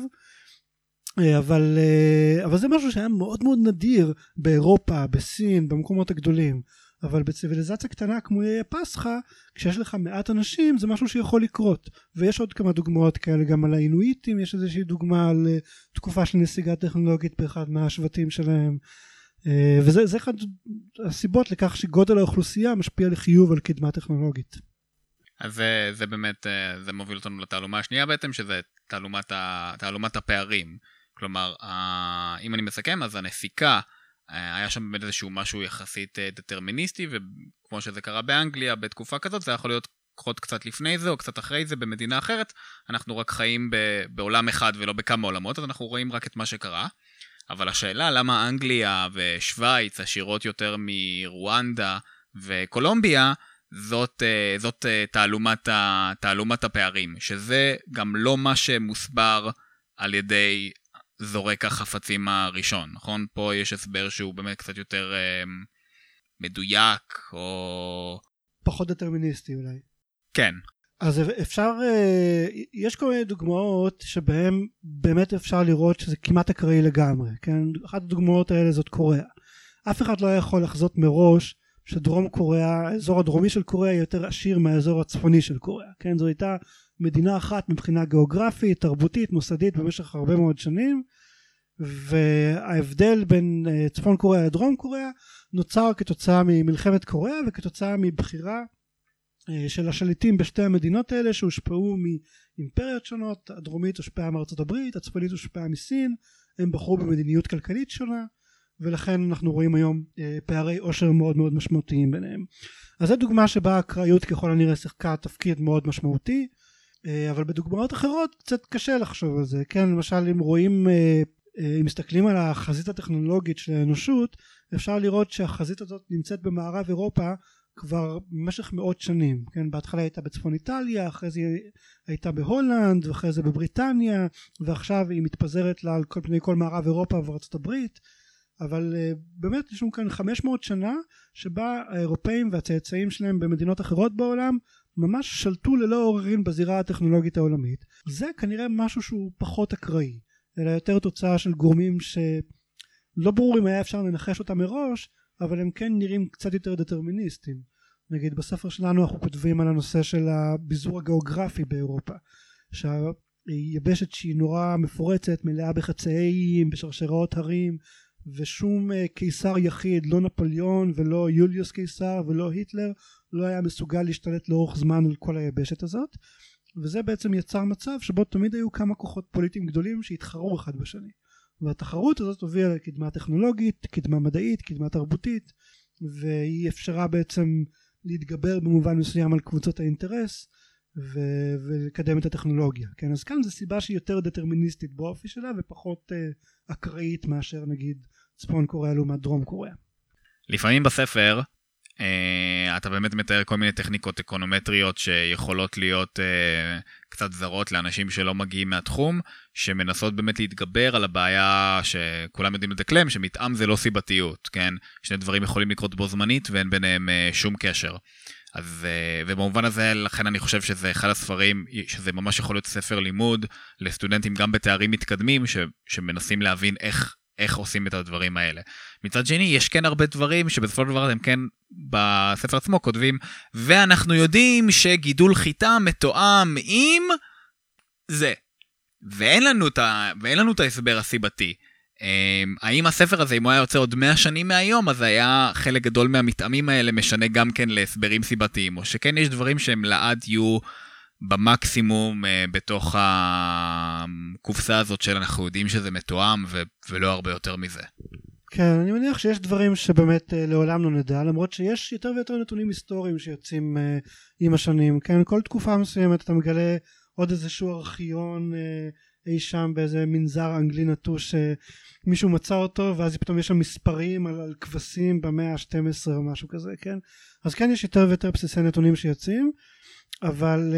אבל, אבל זה משהו שהיה מאוד מאוד נדיר באירופה, בסין, במקומות הגדולים. אבל בציוויליזציה קטנה כמו איי הפסחא, כשיש לך מעט אנשים זה משהו שיכול לקרות. ויש עוד כמה דוגמאות כאלה גם על האינואיטים, יש איזושהי דוגמה על תקופה של נסיגה טכנולוגית באחד מהשבטים שלהם, וזה זה אחד הסיבות לכך שגודל האוכלוסייה משפיע לחיוב על קדמה טכנולוגית. אז זה, זה באמת, זה מוביל אותנו לתעלומה השנייה בעצם, שזה תעלומת, ה, תעלומת הפערים. כלומר, אם אני מסכם, אז הנסיקה, היה שם באמת איזשהו משהו יחסית דטרמיניסטי, וכמו שזה קרה באנגליה בתקופה כזאת, זה יכול להיות קצת לפני זה או קצת אחרי זה במדינה אחרת, אנחנו רק חיים בעולם אחד ולא בכמה עולמות, אז אנחנו רואים רק את מה שקרה. אבל השאלה למה אנגליה ושוויץ עשירות יותר מרואנדה וקולומביה, זאת, זאת תעלומת, תעלומת הפערים, שזה גם לא מה שמוסבר על ידי זורק החפצים הראשון, נכון? פה יש הסבר שהוא באמת קצת יותר אה, מדויק, או... פחות דטרמיניסטי אולי. כן. אז אפשר, יש כל מיני דוגמאות שבהן באמת אפשר לראות שזה כמעט אקראי לגמרי, כן? אחת הדוגמאות האלה זאת קוריאה. אף אחד לא יכול לחזות מראש שדרום קוריאה, האזור הדרומי של קוריאה יותר עשיר מהאזור הצפוני של קוריאה, כן? זו הייתה מדינה אחת מבחינה גיאוגרפית, תרבותית, מוסדית במשך הרבה מאוד שנים, וההבדל בין צפון קוריאה לדרום קוריאה נוצר כתוצאה ממלחמת קוריאה וכתוצאה מבחירה של השליטים בשתי המדינות האלה שהושפעו מאימפריות שונות. הדרומית הושפעה מארצות הברית, הצפונית הושפעה מסין, הם בחרו במדיניות כלכלית שונה, ולכן אנחנו רואים היום פערי עושר מאוד מאוד משמעותיים ביניהם. אז זו דוגמה שבה האקראיות ככל הנראה שיחקה תפקיד מאוד משמעותי, אבל בדוגמאות אחרות קצת קשה לחשוב על זה, כן? למשל אם רואים, אם מסתכלים על החזית הטכנולוגית של האנושות, אפשר לראות שהחזית הזאת נמצאת במערב אירופה כבר במשך מאות שנים, כן? בהתחלה הייתה בצפון איטליה, אחרי זה הייתה בהולנד, ואחרי זה בבריטניה, ועכשיו היא מתפזרת לה על כל פני כל מערב אירופה וארצות הברית, אבל באמת יש לנו כאן חמש מאות שנה שבה האירופאים והצאצאים שלהם במדינות אחרות בעולם ממש שלטו ללא עוררין בזירה הטכנולוגית העולמית. זה כנראה משהו שהוא פחות אקראי, אלא יותר תוצאה של גורמים שלא ברור אם היה אפשר לנחש אותם מראש, אבל הם כן נראים קצת יותר דטרמיניסטים. נגיד בספר שלנו אנחנו כותבים על הנושא של הביזור הגיאוגרפי באירופה, שהיבשת שהיא נורא מפורצת, מלאה בחצאיים, בשרשראות הרים, ושום קיסר יחיד, לא נפוליאון ולא יוליוס קיסר ולא היטלר, לא היה מסוגל להשתלט לאורך זמן על כל היבשת הזאת, וזה בעצם יצר מצב שבו תמיד היו כמה כוחות פוליטיים גדולים שהתחרו אחד בשני, והתחרות הזאת הובילה לקדמה טכנולוגית, קדמה מדעית, קדמה תרבותית, והיא אפשרה בעצם להתגבר במובן מסוים על קבוצות האינטרס ו- ולקדם את הטכנולוגיה, כן? אז כאן זו סיבה שהיא יותר דטרמיניסטית באופי שלה ופחות uh, אקראית מאשר נגיד צפון קוריאה לעומת דרום קוריאה. לפעמים בספר, אתה באמת מתאר כל מיני טכניקות אקונומטריות שיכולות להיות קצת זרות לאנשים שלא מגיעים מהתחום, שמנסות באמת להתגבר על הבעיה שכולם יודעים לדקלם, שמתאם זה לא סיבתיות, כן? שני דברים יכולים לקרות בו זמנית ואין ביניהם שום קשר. אז, ובמובן הזה, לכן אני חושב שזה אחד הספרים, שזה ממש יכול להיות ספר לימוד לסטודנטים גם בתארים מתקדמים, ש, שמנסים להבין איך, איך עושים את הדברים האלה. מצד שני, יש כן הרבה דברים שבסופו של דבר הם כן בספר עצמו כותבים, ואנחנו יודעים שגידול חיטה מתואם עם זה. ואין לנו את, ה, ואין לנו את ההסבר הסיבתי. האם הספר הזה, אם הוא היה יוצא עוד מאה שנים מהיום, אז היה חלק גדול מהמתאמים האלה משנה גם כן להסברים סיבתיים, או שכן יש דברים שהם לעד יהיו במקסימום בתוך הקופסה הזאת של אנחנו יודעים שזה מתואם ו- ולא הרבה יותר מזה. כן, אני מניח שיש דברים שבאמת לעולם לא נדע, למרות שיש יותר ויותר נתונים היסטוריים שיוצאים עם השנים. כן, כל תקופה מסוימת אתה מגלה עוד איזשהו ארכיון אי שם באיזה מנזר אנגלי נטוש שמישהו מצא אותו, ואז פתאום יש שם מספרים על, על כבשים במאה ה-שתים עשרה או משהו כזה, כן? אז כן יש יותר ויותר בסיסי נתונים שיוצאים, אבל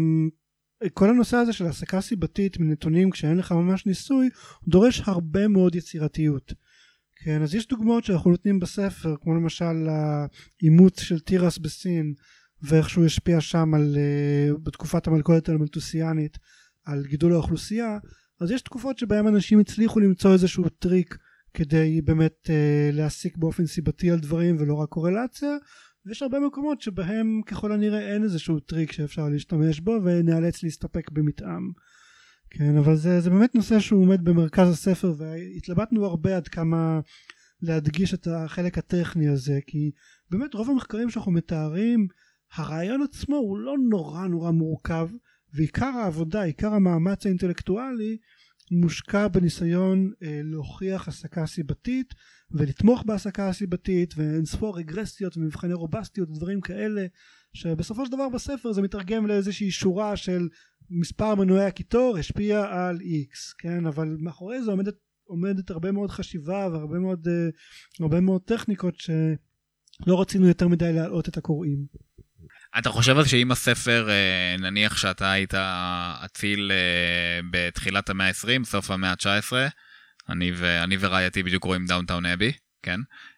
um, כל הנושא הזה של העסקה סיבתית מנתונים כשאין לך ממש ניסוי, הוא דורש הרבה מאוד יצירתיות. כן, אז יש דוגמאות שאנחנו נותנים בספר, כמו למשל האימוץ של תירס בסין, ואיך שהוא השפיע שם על, uh, בתקופת המלכודת המלטוסיאנית, על גידול האוכלוסייה. אז יש תקופות שבהם אנשים הצליחו למצוא איזשהו טריק כדי באמת אה, להסיק באופן סיבתי על דברים ולא רק קורלציה, ויש הרבה מקומות שבהם ככל הנראה אין איזשהו טריק שאפשר להשתמש בו ונאלץ להסתפק במתאם. כן, אבל זה, זה באמת נושא שהוא עומד במרכז הספר, והתלבטנו הרבה עד כמה להדגיש את החלק הטכני הזה, כי באמת רוב המחקרים שאנחנו מתארים, הרעיון עצמו הוא לא נורא נורא מורכב, ועיקר העבודה, עיקר המאמץ האינטלקטואלי מושקע בניסיון אה, להוכיח הסקה סיבתית ולתמוך בהסקה הסיבתית ואינספור רגרסיות ומבחני רובסטיות ודברים כאלה, שבסופו של דבר בספר זה מתרגם לאיזושהי שורה של מספר מנועי הקיטור השפיע על X, כן? אבל מאחורי זה עומדת, עומדת הרבה מאוד חשיבה והרבה מאוד, אה, הרבה מאוד טכניקות שלא רצינו יותר מדי להעלות את הקוראים. אתה חושב אז שאם הספר, נניח שאתה היית אציל בתחילת המאה ה-עשרים, סוף המאה ה-תשע עשרה, אני, ו, אני ורעייתי בדיוק רואים דאונטאון אבי, כן?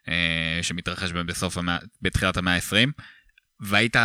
שמתרחש בסוף המאה, בתחילת המאה ה-עשרים, והיית,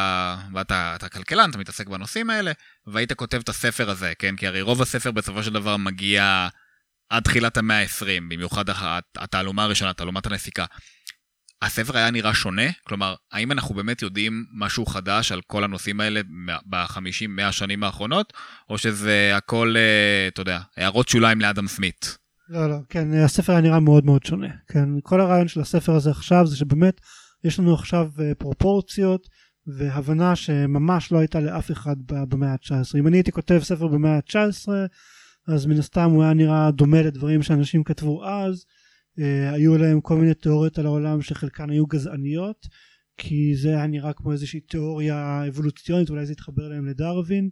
ואתה אתה כלכלן, אתה מתעסק בנושאים האלה, והיית כותב את הספר הזה, כן? כי הרי רוב הספר בסופו של דבר מגיע עד תחילת המאה ה-עשרים, במיוחד התעלומה הראשונה, תעלומת הנסיקה. הספר היה נראה שונה? כלומר, האם אנחנו באמת יודעים משהו חדש על כל הנושאים האלה ב-חמישים מאה שנים האחרונות, או שזה הכל, אתה יודע, הערות שוליים לאדם סמית? לא, לא, כן, הספר היה נראה מאוד מאוד שונה. כן, כל הרעיון של הספר הזה עכשיו זה שבאמת יש לנו עכשיו פרופורציות והבנה שממש לא הייתה לאף אחד במאה ה-תשע עשרה. אם אני הייתי כותב ספר במאה ה-תשע עשרה, אז מן הסתם הוא היה נראה דומה לדברים שאנשים כתבו אז, Uh, היו להם כל מיני תיאוריות על העולם שחלקן היו גזעניות, כי זה היה נראה כמו איזושהי תיאוריה אבולוציונית, אולי זה התחבר להם לדרווין,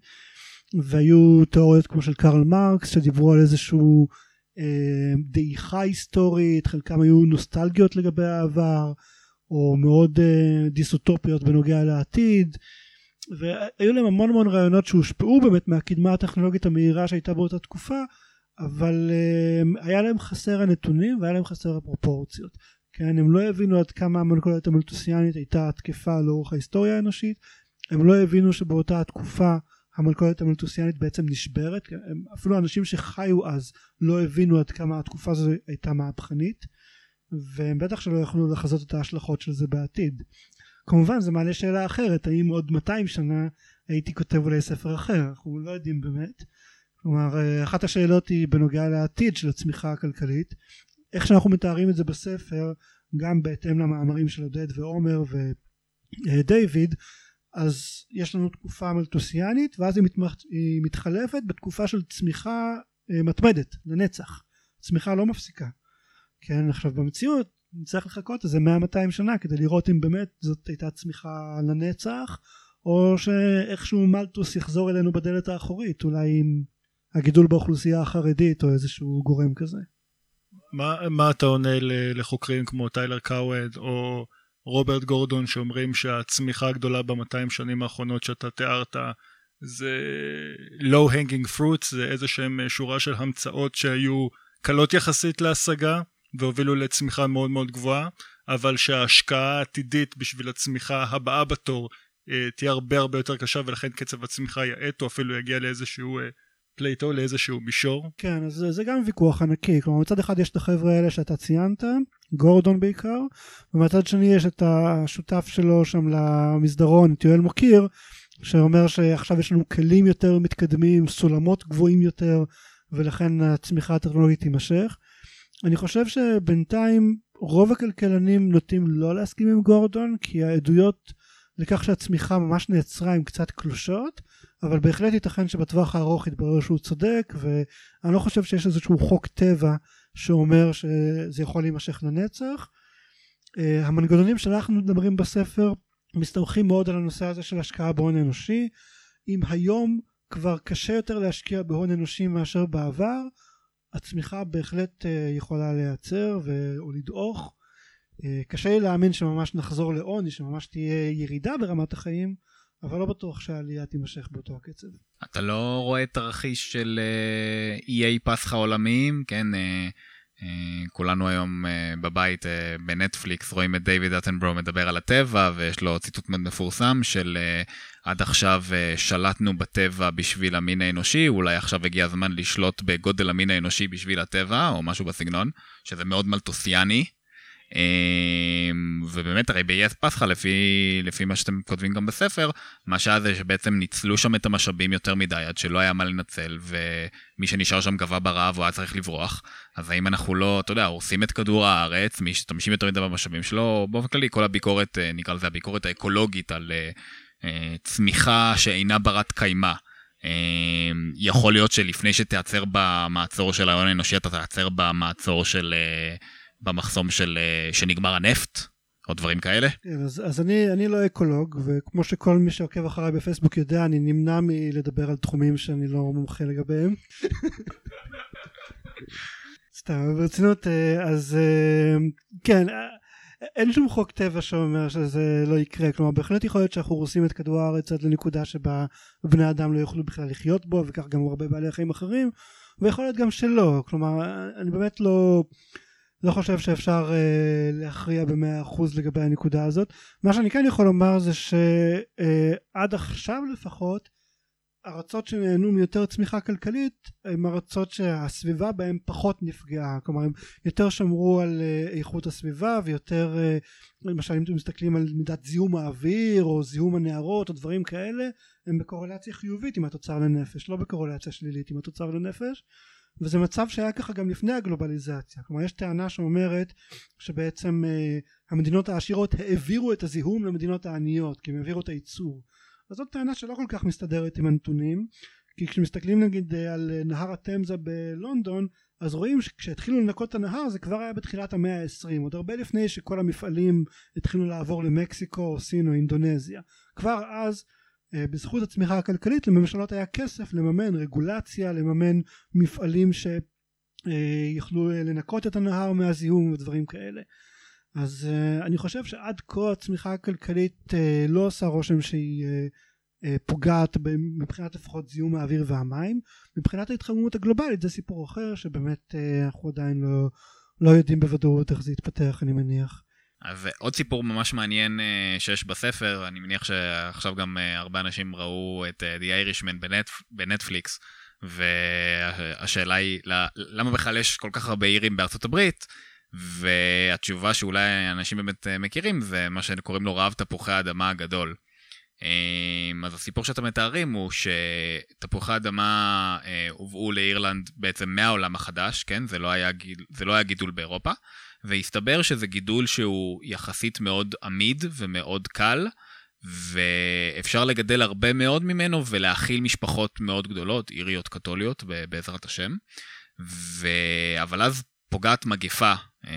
והיו תיאוריות כמו של קרל מרקס שדיברו על איזשהו uh, דעיכה היסטורית, חלקם היו נוסטלגיות לגבי העבר או מאוד uh, דיסוטופיות בנוגע לעתיד, והיו להם המון המון רעיונות שהושפעו באמת מהקדמה הטכנולוגית המהירה שהייתה באותה תקופה, אבל uh, היה להם חסר הנתונים והיה להם חסר הפרופורציות. כן, הם לא הבינו עד כמה המלכודת המלטוסיאנית הייתה תקפה לאורך ההיסטוריה האנושית, הם לא הבינו שבאותה התקופה המלכודת המלטוסיאנית בעצם נשברת, הם, אפילו אנשים שחיו אז לא הבינו עד כמה התקופה הזו הייתה מהפכנית, והם בטח שלא יכולו לחזות את ההשלכות של זה בעתיד. כמובן זה מעלה שאלה אחרת, האם עוד מאתיים שנה הייתי כותב אולי ספר אחר, אנחנו לא יודעים באמת. כלומר, אחת השאלות היא בנוגע לעתיד של הצמיחה הכלכלית, איך שאנחנו מתארים את זה בספר, גם בהתאם למאמרים של עודד ועומר ודייוויד, אז יש לנו תקופה מלטוסיאנית, ואז היא, מתמח... היא מתחלפת בתקופה של צמיחה מתמדת, לנצח. צמיחה לא מפסיקה. כן, עכשיו במציאות נצטרך לחכות איזה מאה מאתיים שנה, כדי לראות אם באמת זאת הייתה צמיחה לנצח, או שאיכשהו מלטוס יחזור אלינו בדלת האחורית, אולי עם הגידול באוכלוסייה החרדית או איזשהו גורם כזה. מה, מה אתה עונה לחוקרים כמו טיילר קאווד או רוברט גורדון שאומרים שהצמיחה הגדולה ב-מאתיים שנים האחרונות שאתה תיארת זה low hanging fruits, זה איזה שהם שורה של המצאות שהיו קלות יחסית להשגה והובילו לצמיחה מאוד מאוד גבוהה, אבל שההשקעה העתידית בשביל הצמיחה הבאה בתור תהיה הרבה הרבה יותר קשה, ולכן קצב הצמיחה יעט או אפילו יגיע לאיזשהו פלייטו, לאיזשהו מישור. כן, אז זה גם ויכוח ענקי. כלומר, מצד אחד יש את החבר'ה האלה שאתה ציינת, גורדון בעיקר, ומצד שני יש את השותף שלו שם למסדרון, את יואל מוקיר, שאומר שעכשיו יש לנו כלים יותר מתקדמים, סולמות גבוהים יותר, ולכן הצמיחה הטכנולוגית תימשך. אני חושב שבינתיים רוב הכלכלנים נוטים לא להסכים עם גורדון, כי העדויות לכך שהצמיחה ממש נעצרה עם קצת קלושות, אבל בהחלט ייתכן שבטווח הארוך יתברר שהוא צודק, ואני לא חושב שיש איזשהו חוק טבע שאומר שזה יכול להימשך לנצח. המנגנונים שאנחנו מדברים בספר מסתמכים מאוד על הנושא הזה של השקעה בהון אנושי. אם היום כבר קשה יותר להשקיע בהון אנושי מאשר בעבר, הצמיחה בהחלט יכולה להיעצר או לדעוך. קשה לי להאמין שממש נחזור לעוני, שממש תהיה ירידה ברמת החיים, אבל לא בטוח שהעלייה תימשך באותו הקצב. אתה לא רואה תרחיש של איי פסחה עולמיים, כן? כולנו היום בבית בנטפליקס רואים את דיוויד אטנברו מדבר על הטבע, ויש לו ציטוט מאוד מפורסם של עד עכשיו שלטנו בטבע בשביל המין האנושי, אולי עכשיו הגיע הזמן לשלוט בגודל המין האנושי בשביל הטבע, או משהו בסגנון, שזה מאוד מלטוסיאני. ובאמת הרי באיי פסחה לפי, לפי מה שאתם כותבים גם בספר, מה שהיה זה שבעצם ניצלו שם את המשאבים יותר מדי עד שלא היה מה לנצל, ומי שנשאר שם גבה ברעב הוא היה צריך לברוח. אז האם אנחנו לא, אתה יודע, הורסים את כדור הארץ, מי שתמשים יותר מדי במשאבים שלו, באופן כללי כל הביקורת, נקרא לזה הביקורת האקולוגית על צמיחה שאינה ברת קיימה, יכול להיות שלפני שתעצר במעצור של ההון האנושי אתה תעצר במעצור של במחסום של שנגמר הנפט או דברים כאלה. כן, אז, אז אני, אני לא אקולוג, וכמו שכל מי שעוקב אחריי בפייסבוק יודע, אני נמנע מלדבר על תחומים שאני לא מומחה לגביהם. סתם, ברצינות, אז כן, אין שום חוק טבע שאומר שזה לא יקרה, כלומר בהחלט יכול להיות שאנחנו הורסים את כדור הארץ עד לנקודה שבה בני אדם לא יוכלו בכלל לחיות בו, וכך גם הרבה בעלי חיים אחרים, ויכול להיות גם שלא, כלומר אני באמת לא... לא חושב שאפשר אה, להכריע במאה אחוז לגבי הנקודה הזאת. מה שאני כן יכול לומר זה שעד עכשיו לפחות, ארצות שנהנו מיותר צמיחה כלכלית, הן ארצות שהסביבה בהן פחות נפגעה. כלומר, הם יותר שמרו על אה, איכות הסביבה, ויותר, אה, למשל אם אתם מסתכלים על מידת זיהום האוויר, או זיהום הנהרות, או דברים כאלה, הם בקורלציה חיובית עם התוצר לנפש, לא בקורלציה שלילית עם התוצר לנפש. וזה מצב שהיה ככה גם לפני הגלובליזציה. כלומר יש טענה שאומרת שבעצם אה, המדינות העשירות העבירו את הזיהום למדינות העניות, כי הם העבירו את הייצור. אז זאת טענה שלא כל כך מסתדרת עם הנתונים, כי כשמסתכלים נגיד על נהר התמזה בלונדון, אז רואים שכשהתחילו לנקות את הנהר זה כבר היה בתחילת המאה ה-עשרים, עוד הרבה לפני שכל המפעלים התחילו לעבור למקסיקו או סין או אינדונזיה. כבר אז בזכות הצמיחה הכלכלית לממשלות היה כסף לממן רגולציה, לממן מפעלים שיכלו לנקות את הנהר מהזיהום ודברים כאלה. אז אני חושב שעד כה הצמיחה הכלכלית לא עושה רושם שהיא פוגעת מבחינת לפחות זיהום האוויר והמים. מבחינת ההתחממות הגלובלית זה סיפור אחר שבאמת אנחנו עדיין לא, לא יודעים בוודאות איך זה יתפתח, אני מניח. אז עוד סיפור ממש מעניין שיש בספר, אני מניח שעכשיו גם הרבה אנשים ראו את The Irishman בנטפ... בנטפליקס, והשאלה היא, למה בכלל יש כל כך הרבה עירים בארצות הברית? והתשובה שאולי אנשים באמת מכירים, זה מה שקוראים לו רעב תפוחי האדמה הגדול. אז הסיפור שאתם מתארים הוא שתפוחי האדמה הובאו לאירלנד בעצם מהעולם החדש, כן? זה לא היה, זה לא היה גידול באירופה, והסתבר שזה גידול שהוא יחסית מאוד עמיד ומאוד קל, ואפשר לגדל הרבה מאוד ממנו ולהכיל משפחות מאוד גדולות, עיריות קתוליות בעזרת השם. ו... אבל אז פוגעת מגפה,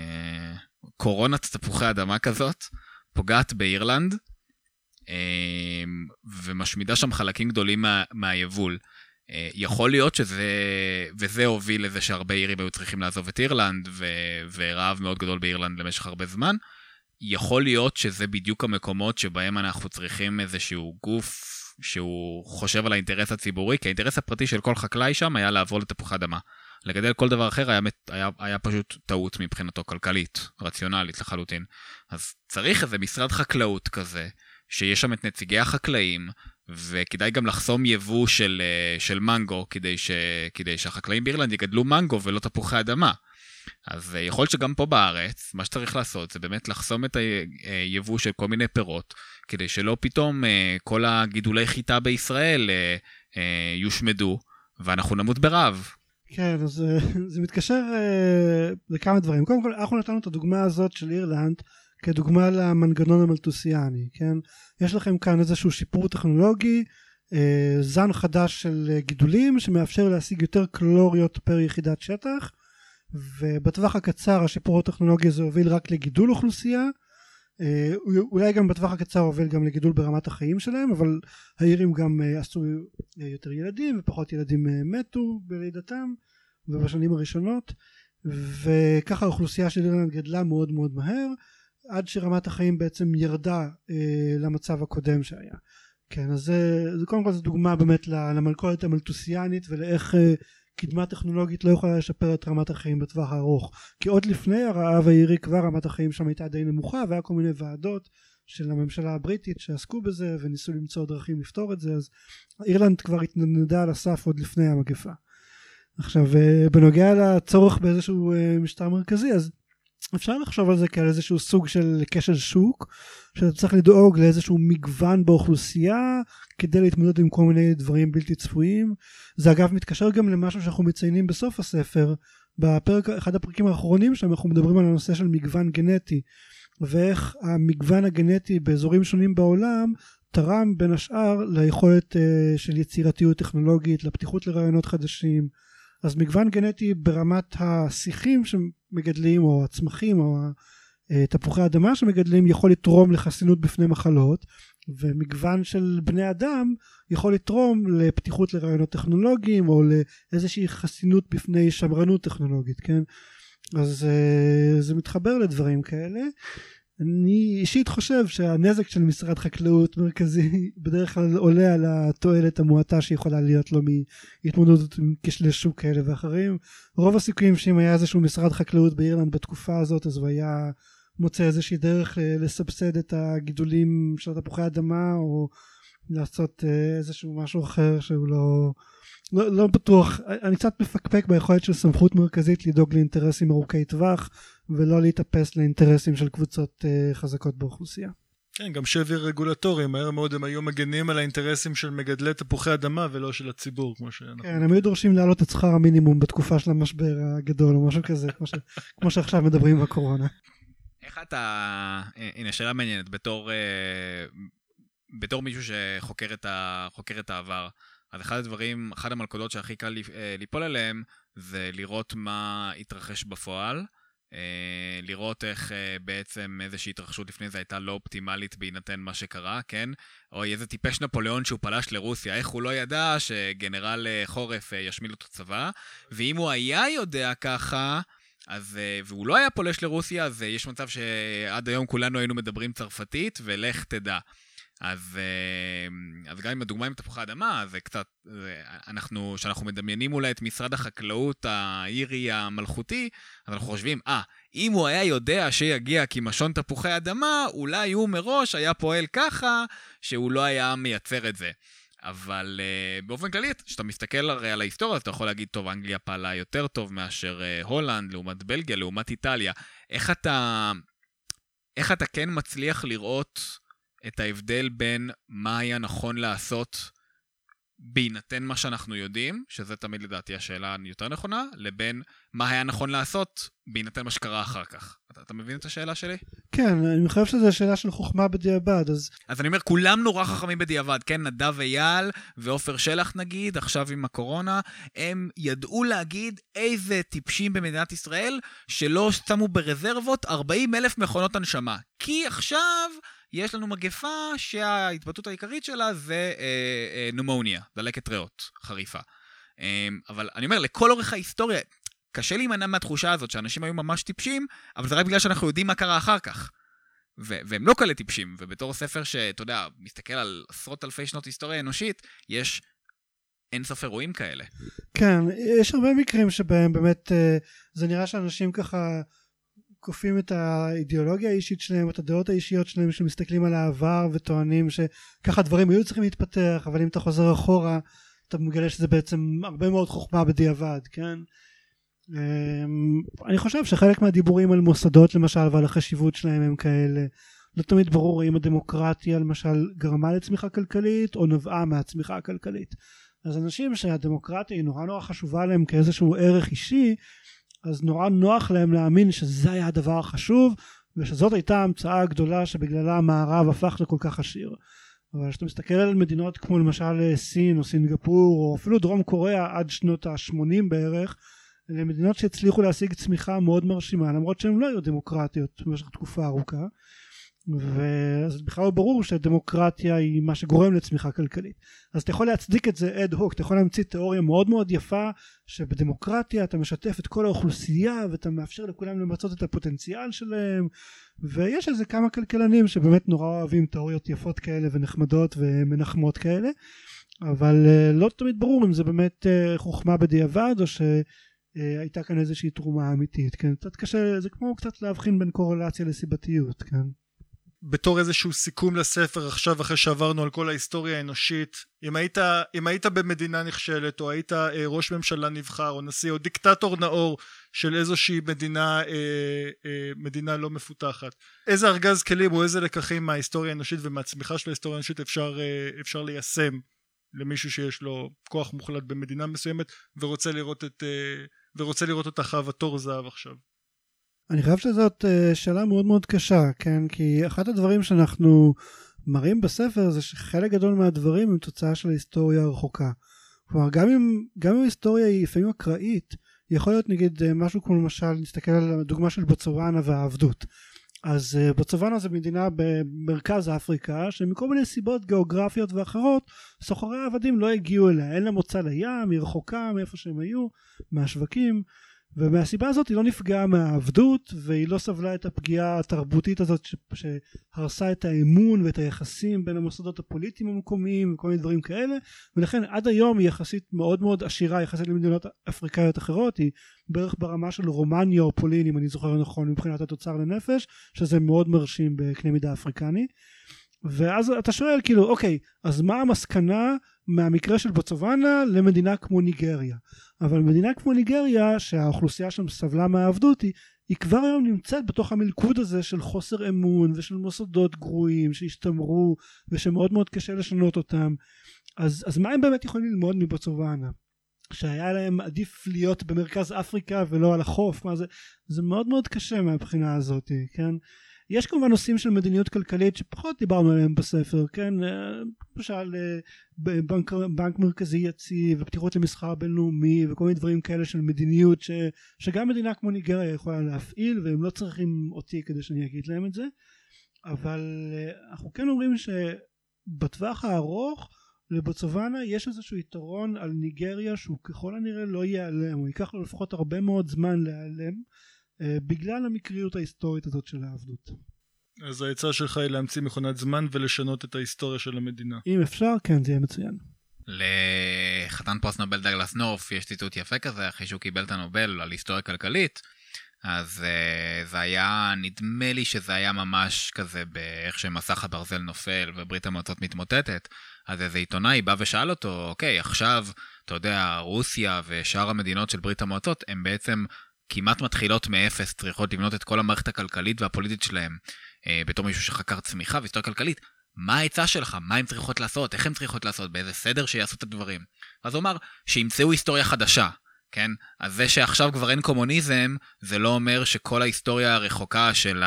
קורונת תפוחי אדמה כזאת, פוגעת באירלנד, ומשמידה שם חלקים גדולים מה... מהיבול. יכול להיות שזה, וזה הוביל לזה שהרבה אירים היו צריכים לעזוב את אירלנד, ו, ורעב מאוד גדול באירלנד למשך הרבה זמן. יכול להיות שזה בדיוק המקומות שבהם אנחנו צריכים איזשהו גוף שהוא חושב על האינטרס הציבורי, כי האינטרס הפרטי של כל חקלאי שם היה לעבור לתפוחי אדמה. לגדל כל דבר אחר היה, היה, היה פשוט טעות מבחינתו כלכלית, רציונלית לחלוטין. אז צריך איזה משרד חקלאות כזה, שיש שם את נציגי החקלאים, וכדאי גם לחסום יבוא של, של מנגו, כדי, ש, כדי שהחקלאים באירלנד יגדלו מנגו ולא תפוחי אדמה. אז יכול להיות שגם פה בארץ, מה שצריך לעשות זה באמת לחסום את היבוא של כל מיני פירות, כדי שלא פתאום כל הגידולי חיטה בישראל יושמדו, ואנחנו נמות ברעב. כן, אז זה מתקשר לכמה דברים. קודם כל, אנחנו נתנו את הדוגמה הזאת של אירלנד, כדוגמה למנגנון המלטוסיאני, כן? יש לכם כאן איזשהו שיפור טכנולוגי, זן חדש של גידולים, שמאפשר להשיג יותר קלוריות פר יחידת שטח, ובטווח הקצר השיפור הטכנולוגי הזה הוביל רק לגידול אוכלוסייה, אולי גם בטווח הקצר הוביל גם לגידול ברמת החיים שלהם, אבל האירים גם עשו יותר ילדים, ופחות ילדים מתו בלידתם, ובשנים הראשונות, וככה האוכלוסייה של אירלנד גדלה מאוד מאוד מהר, עד שרמת החיים בעצם ירדה אה, למצב הקודם שהיה. כן, אז זה, זה קודם כל זו דוגמה באמת למלכודת המלטוסיאנית, ולאיך אה, קדמה טכנולוגית לא יכולה לשפר את רמת החיים בטווח הארוך. כי עוד לפני הרעב האירי כבר רמת החיים שם הייתה די נמוכה, והיה כל מיני ועדות של הממשלה הבריטית שעסקו בזה, וניסו למצוא דרכים לפתור את זה, אז אירלנד כבר התנדנדה על הסף עוד לפני המגפה. עכשיו, אה, בנוגע לצורך באיזשהו אה, משטר מרכזי, אז אפשר לחשוב על זה כעל איזשהו סוג של כשל שוק, שאתה צריך לדאוג לאיזשהו מגוון באוכלוסייה, כדי להתמודד עם כל מיני דברים בלתי צפויים. זה אגב מתקשר גם למשהו שאנחנו מציינים בסוף הספר, בפרק, אחד הפרקים האחרונים שם אנחנו מדברים על הנושא של מגוון גנטי, ואיך המגוון הגנטי באזורים שונים בעולם, תרם בין השאר ליכולת uh, של יצירתיות טכנולוגית, לפתיחות לרעיונות חדשים. אז מגוון גנטי ברמת השיחים שמגדלים, או הצמחים, או תפוחי אדמה שמגדלים, יכול לתרום לחסינות בפני מחלות, ומגוון של בני אדם יכול לתרום לפתיחות לרעיונות טכנולוגיים, או לאיזושהי חסינות בפני שמרנות טכנולוגית, כן? אז זה מתחבר לדברים כאלה. אני אישית חושב שהנזק של משרד חקלאות מרכזי בדרך כלל עולה על התועלת המועטה שיכולה להיות לו מהתמודדות עם כשלי שוק כאלה ואחרים. רוב הסיכויים שאם היה איזשהו משרד חקלאות באירלנד בתקופה הזאת, אז הוא היה מוצא איזושהי דרך לסבסד את הגידולים של תפוחי אדמה, או לעשות איזשהו משהו אחר שהוא לא, לא, לא בטוח. אני קצת מפקפק ביכולת של סמכות מרכזית לדאוג לאינטרסים ארוכי טווח, ולא להתאפס לאינטרסים של קבוצות uh, חזקות באוכלוסייה. כן, גם שבר רגולטורי, מהר מאוד הם היו מגנים על האינטרסים של מגדלי תפוחי אדמה, ולא של הציבור, כמו שאנחנו... כן, הם היו דורשים להעלות את שכר המינימום בתקופה של המשבר הגדול, או משהו כזה, כמו, ש... כמו שעכשיו מדברים בקורונה. איך אתה... הנה, שאלה מעניינת, בתור, בתור מישהו שחוקר את, ה... חוקר את העבר, אז אחד הדברים, אחד המלכודות שהכי קל ליפול עליהם, זה לראות מה התרחש בפועל, לראות איך בעצם איזושהי התרחשות לפני זה הייתה לא אופטימלית בהינתן מה שקרה, כן? או איזה טיפש נפוליאון שהוא פלש לרוסיה, איך הוא לא ידע שגנרל חורף ישמיד לו את הצבא, ואם הוא היה יודע ככה, אז, והוא לא היה פולש לרוסיה, אז יש מצב שעד היום כולנו היינו מדברים צרפתית, ולך תדע. אז, אז גם עם הדוגמה עם תפוחי אדמה, זה קצת, זה, אנחנו, שאנחנו מדמיינים אולי את משרד החקלאות האירי המלכותי, אז אנחנו חושבים, אה, אם הוא היה יודע שיגיע כמשון תפוחי אדמה, אולי הוא מראש היה פועל ככה, שהוא לא היה מייצר את זה. אבל uh, באופן כללי, כשאתה מסתכל הרי על ההיסטוריה, אתה יכול להגיד, טוב, אנגליה פעלה יותר טוב מאשר uh, הולנד, לעומת בלגיה, לעומת איטליה. איך אתה, איך אתה כן מצליח לראות את ההבדל בין מה היה נכון לעשות בהינתן מה שאנחנו יודעים, שזה תמיד לדעתי השאלה יותר נכונה, לבין מה היה נכון לעשות בהינתן מה שקרה אחר כך. אתה, אתה מבין את השאלה שלי? כן, אני חושב שזו שאלה של חוכמה בדיעבד. אז... אז אני אומר, כולם נורא חכמים בדיעבד, כן, נדב אייל ועופר שלח נגיד, עכשיו עם הקורונה, הם ידעו להגיד איזה טיפשים במדינת ישראל, שלא שמו ברזרבות ארבעים אלף מכונות הנשמה. כי עכשיו... יש לנו מגפה שההתבטאות העיקרית שלה זה אה, אה, נומוניה, דלקת ריאות, חריפה. אה, אבל אני אומר, לכל אורך ההיסטוריה, קשה להימנע מהתחושה הזאת שאנשים היו ממש טיפשים, אבל זה רק בגלל שאנחנו יודעים מה קרה אחר כך. ו- והם לא כאלה טיפשים, ובתור ספר שאתה יודע, מסתכל על עשרות אלפי שנות היסטוריה אנושית, יש אין סוף אירועים כאלה. כן, יש הרבה מקרים שבהם באמת זה נראה שאנשים ככה קופים את האידיאולוגיה האישית שלהם, את הדעות האישיות שלהם, שמסתכלים על העבר וטוענים שככה דברים היו צריכים להתפתח, אבל אם אתה חוזר אחורה, אתה מגלה שזה בעצם הרבה מאוד חוכמה בדיעבד, כן? אני חושב שחלק מהדיבורים על מוסדות למשל ועל החשיבות שלהם הם כאלה, לא תמיד ברור אם הדמוקרטיה למשל גרמה לצמיחה כלכלית או נבעה מהצמיחה הכלכלית. אז אנשים שהדמוקרטיה היא נורא נורא חשובה להם כאיזשהו ערך אישי, אז נורא נוח להם להאמין שזה היה הדבר החשוב, ושזאת הייתה ההמצאה הגדולה שבגללה המערב הפך לכל כך עשיר. אבל כשאתה מסתכל על מדינות כמו למשל סין או סינגפור או אפילו דרום קוריאה עד שנות ה-שמונים בערך, אלה מדינות שהצליחו להשיג צמיחה מאוד מרשימה, למרות שהן לא היו דמוקרטיות במשך תקופה ארוכה, ואז בכלל ברור שהדמוקרטיה היא מה שגורם לצמיחה כלכלית. אז אתה יכול להצדיק את זה אד הוק, אתה יכול להמציא תיאוריה מאוד מאוד יפה שבדמוקרטיה אתה משתף את כל האוכלוסייה ואתה מאפשר לכולם למצות את הפוטנציאל שלהם, ויש איזה כמה כלכלנים שבאמת נורא אוהבים תיאוריות יפות כאלה ונחמדות ומנחמות כאלה, אבל לא תמיד ברור אם זה באמת חוכמה בדיעבד או שהייתה כאן איזושהי תרומה אמיתית, כן? קצת קשה, זה כמו קצת להבחין בין קורלציה לסיבתיות, כן? בתור איזשהו סיכום לספר עכשיו אחרי שעברנו על כל ההיסטוריה האנושית, אם היית, אם היית במדינה נכשלת או היית אה, ראש ממשלה נבחר או נשיא או דיקטטור נאור של איזושהי מדינה, אה, אה, מדינה לא מפותחת, איזה ארגז כלים או איזה לקחים מההיסטוריה האנושית ומהצמיחה של ההיסטוריה האנושית אפשר, אה, אפשר ליישם למישהו שיש לו כוח מוחלט במדינה מסוימת ורוצה לראות, את, אה, ורוצה לראות אותה חוות תור זהב עכשיו? אני חושב שזאת שאלה מאוד מאוד קשה, כן? כי אחד הדברים שאנחנו מראים בספר זה שחלק גדול מהדברים הם תוצאה של ההיסטוריה הרחוקה. כלומר, גם אם, גם אם ההיסטוריה היא לפעמים אקראית, יכול להיות נגיד משהו כמו למשל, נסתכל על הדוגמה של בוצואנה והעבדות. אז בוצואנה זה מדינה במרכז אפריקה, שמכל מיני סיבות גיאוגרפיות ואחרות, סוחרי העבדים לא הגיעו אליה, אין לה מוצא לים, היא רחוקה מאיפה שהם היו, מהשווקים, ומהסיבה הזאת היא לא נפגעה מהעבדות, והיא לא סבלה את הפגיעה התרבותית הזאת שהרסה את האמון ואת היחסים בין המוסדות הפוליטיים המקומיים וכל מיני דברים כאלה, ולכן עד היום היא יחסית מאוד מאוד עשירה יחסית למדינות אפריקאיות אחרות, היא בערך ברמה של רומניה או פולין אם אני זוכר נכון מבחינת התוצר לנפש, שזה מאוד מרשים בקנה מידה אפריקני. ואז אתה שואל כאילו אוקיי, אז מה המסקנה מהמקרה של בוצואנה למדינה כמו ניגריה? אבל מדינה כמו ניגריה שהאוכלוסייה שם סבלה מהעבדות, היא, היא כבר היום נמצאת בתוך המלכוד הזה של חוסר אמון ושל מוסדות גרועים שהשתמרו ושמאוד מאוד קשה לשנות אותם. אז, אז מה הם באמת יכולים ללמוד מבוצואנה? שהיה להם עדיף להיות במרכז אפריקה ולא על החוף? מה זה? זה מאוד מאוד קשה מהבחינה הזאת, כן? יש כמובן נושאים של מדיניות כלכלית שפחות דיברנו עליהם בספר, כן? למשל בנק, בנק מרכזי יציב ופתיחות למסחר בינלאומי וכל מיני דברים כאלה של מדיניות ש, שגם מדינה כמו ניגריה יכולה להפעיל, והם לא צריכים אותי כדי שאני אגיד להם את זה. אבל אנחנו כן אומרים שבטווח הארוך לבוצואנה יש איזשהו יתרון על ניגריה שהוא ככל הנראה לא ייעלם, הוא ייקח לו לפחות הרבה מאוד זמן להיעלם, בגלל המקריות ההיסטורית הזאת של העבדות. אז העצה שלך היא להמציא מכונת זמן ולשנות את ההיסטוריה של המדינה. אם אפשר, כן, זה יהיה מצוין. לחתן פרס נובל דגלס נורף יש ציטוט יפה כזה, אחרי שהוא קיבל את הנובל על היסטוריה כלכלית, אז זה היה, נדמה לי שזה היה ממש כזה באיך שמסך הברזל נופל וברית המועצות מתמוטטת, אז איזה עיתונאי בא ושאל אותו, אוקיי, עכשיו, אתה יודע, רוסיה ושאר המדינות של ברית המועצות, הם בעצם כמעט מתחילות מאפס, צריכות לבנות את כל המערכת הכלכלית והפוליטית שלהם, אה, בתור מישהו שחקר צמיחה והיסטוריה כלכלית. מה העצה שלך? מה הם צריכות לעשות? איך הם צריכות לעשות? באיזה סדר שיעשו את הדברים? אז הוא אמר, שימצאו היסטוריה חדשה, כן? אז זה שעכשיו כבר אין קומוניזם, זה לא אומר שכל ההיסטוריה הרחוקה של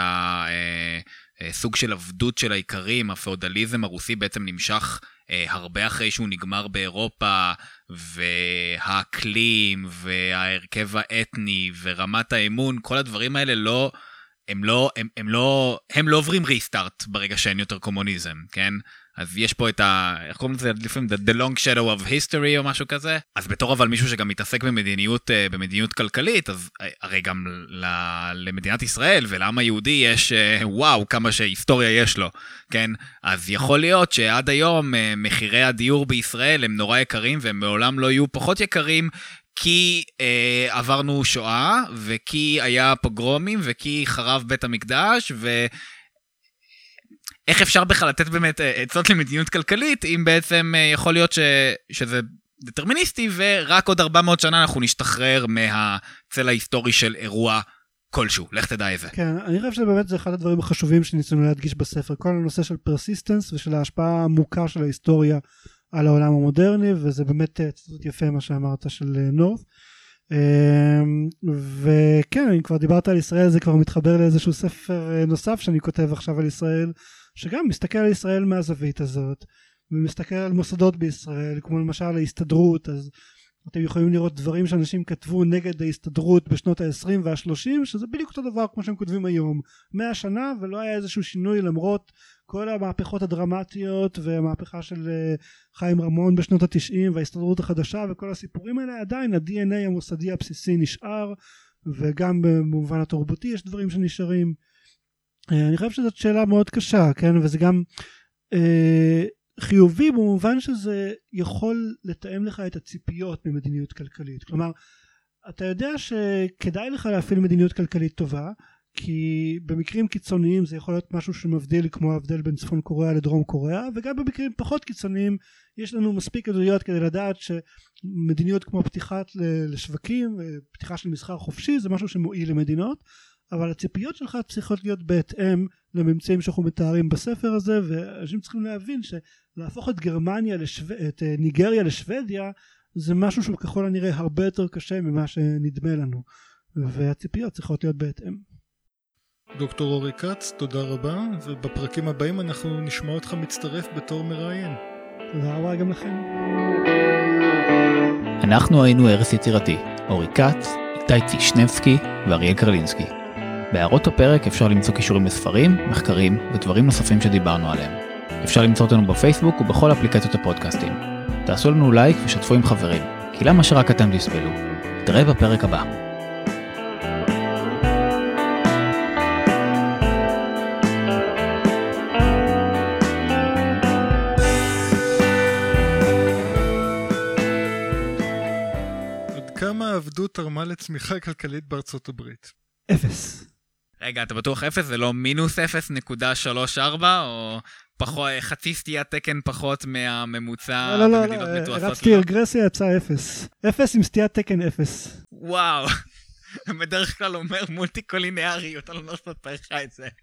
הסוג של עבדות של העיקרים, הפאודליזם הרוסי בעצם נמשך הרבה אחרי שהוא נגמר באירופה, והאקלים, וההרכב האתני, ורמת האמון, כל הדברים האלה לא הם לא, הם, הם לא, הם לא עוברים ריסטארט ברגע שאין יותר קומוניזם, כן? אז יש פה את ה... איך קוראים לזה לפעמים? The long shadow of history או משהו כזה. אז בתור אבל מישהו שגם מתעסק במדיניות, במדיניות כלכלית, אז הרי גם למדינת ישראל ולעם היהודי יש, וואו, כמה שהיסטוריה יש לו, כן? אז יכול להיות שעד היום מחירי הדיור בישראל הם נורא יקרים, והם מעולם לא יהיו פחות יקרים, כי אה, עברנו שואה, וכי היה פוגרומים, וכי חרב בית המקדש, ו... איך אפשר בכלל לתת באמת עצות למדיניות כלכלית, אם בעצם יכול להיות ש... שזה דטרמיניסטי, ורק עוד ארבע מאות שנה אנחנו נשתחרר מהצל ההיסטורי של אירוע כלשהו. לך תדע איזה. כן, אני חושב שבאמת זה אחד הדברים החשובים שניסינו להדגיש בספר, כל הנושא של פרסיסטנס ושל ההשפעה העמוקה של ההיסטוריה על העולם המודרני, וזה באמת ציטוט יפה מה שאמרת של נורת'. וכן, אם כבר דיברת על ישראל, זה כבר מתחבר לאיזשהו ספר נוסף שאני כותב עכשיו על ישראל, שגם מסתכל על ישראל מהזווית הזאת, ומסתכל על מוסדות בישראל, כמו למשל ההסתדרות. אז אתם יכולים לראות דברים שאנשים כתבו נגד ההסתדרות בשנות ה-עשרים וה-שלושים, שזה בדיוק אותו דבר כמו שהם כותבים היום, מאה שנה, ולא היה איזשהו שינוי למרות כל המהפכות הדרמטיות, והמהפכה של חיים רמון בשנות ה-תשעים, וההסתדרות החדשה, וכל הסיפורים האלה, עדיין ה-די אן איי המוסדי הבסיסי נשאר, וגם במובן התרבותי יש דברים שנשארים. אני חושב שזאת שאלה מאוד קשה, כן? וזה גם אה, חיובי במובן שזה יכול לתאם לך את הציפיות ממדיניות כלכלית. כלומר, אתה יודע שכדאי לך להפעיל מדיניות כלכלית טובה, כי במקרים קיצוניים זה יכול להיות משהו שמבדיל, כמו ההבדל בין צפון קוריאה לדרום קוריאה, וגם במקרים פחות קיצוניים יש לנו מספיק עדויות כדי לדעת שמדיניות כמו פתיחת לשווקים, פתיחה של מסחר חופשי, זה משהו שמועיל למדינות, אבל הציפיות שלך צריכות להיות בהתאם לממצאים שאנחנו מתארים בספר הזה, ואנשים צריכים להבין שלהפוך את גרמניה, לשו... את ניגריה לשוודיה, זה משהו שהוא ככל הנראה הרבה יותר קשה ממה שנדמה לנו, והציפיות צריכות להיות בהתאם. דוקטור אורי כץ, תודה רבה, ובפרקים הבאים אנחנו נשמע אותך מצטרף בתור מראיין. תודה רבה גם לכם. אנחנו היינו ערש יצירתי, אורי כץ, איתי צישנבסקי ואריאל קרלינסקי. בהערות הפרק אפשר למצוא קישורים לספרים, מחקרים ודברים נוספים שדיברנו עליהם. אפשר למצוא אותנו בפייסבוק ובכל אפליקציות הפודקאסטים. תעשו לנו לייק ושתפו עם חברים, כי למה שרק אתם תסבלו. תראה בפרק הבא. כמה העבדות תרמה לצמיחה כלכלית בארצות הברית? אפס. רגע, אתה בטוח אפס? זה לא מינוס אפס נקודה שלוש ארבע, או פחות, חצי סטיית תקן פחות מהממוצע לא, לא, במדינות לא, מתועשות? רצתי רגרסיה, יצא אפס. אפס עם סטיית תקן אפס. וואו, בדרך כלל אומר מולטי קולינארי, אתה לא נוסף פרחה את זה.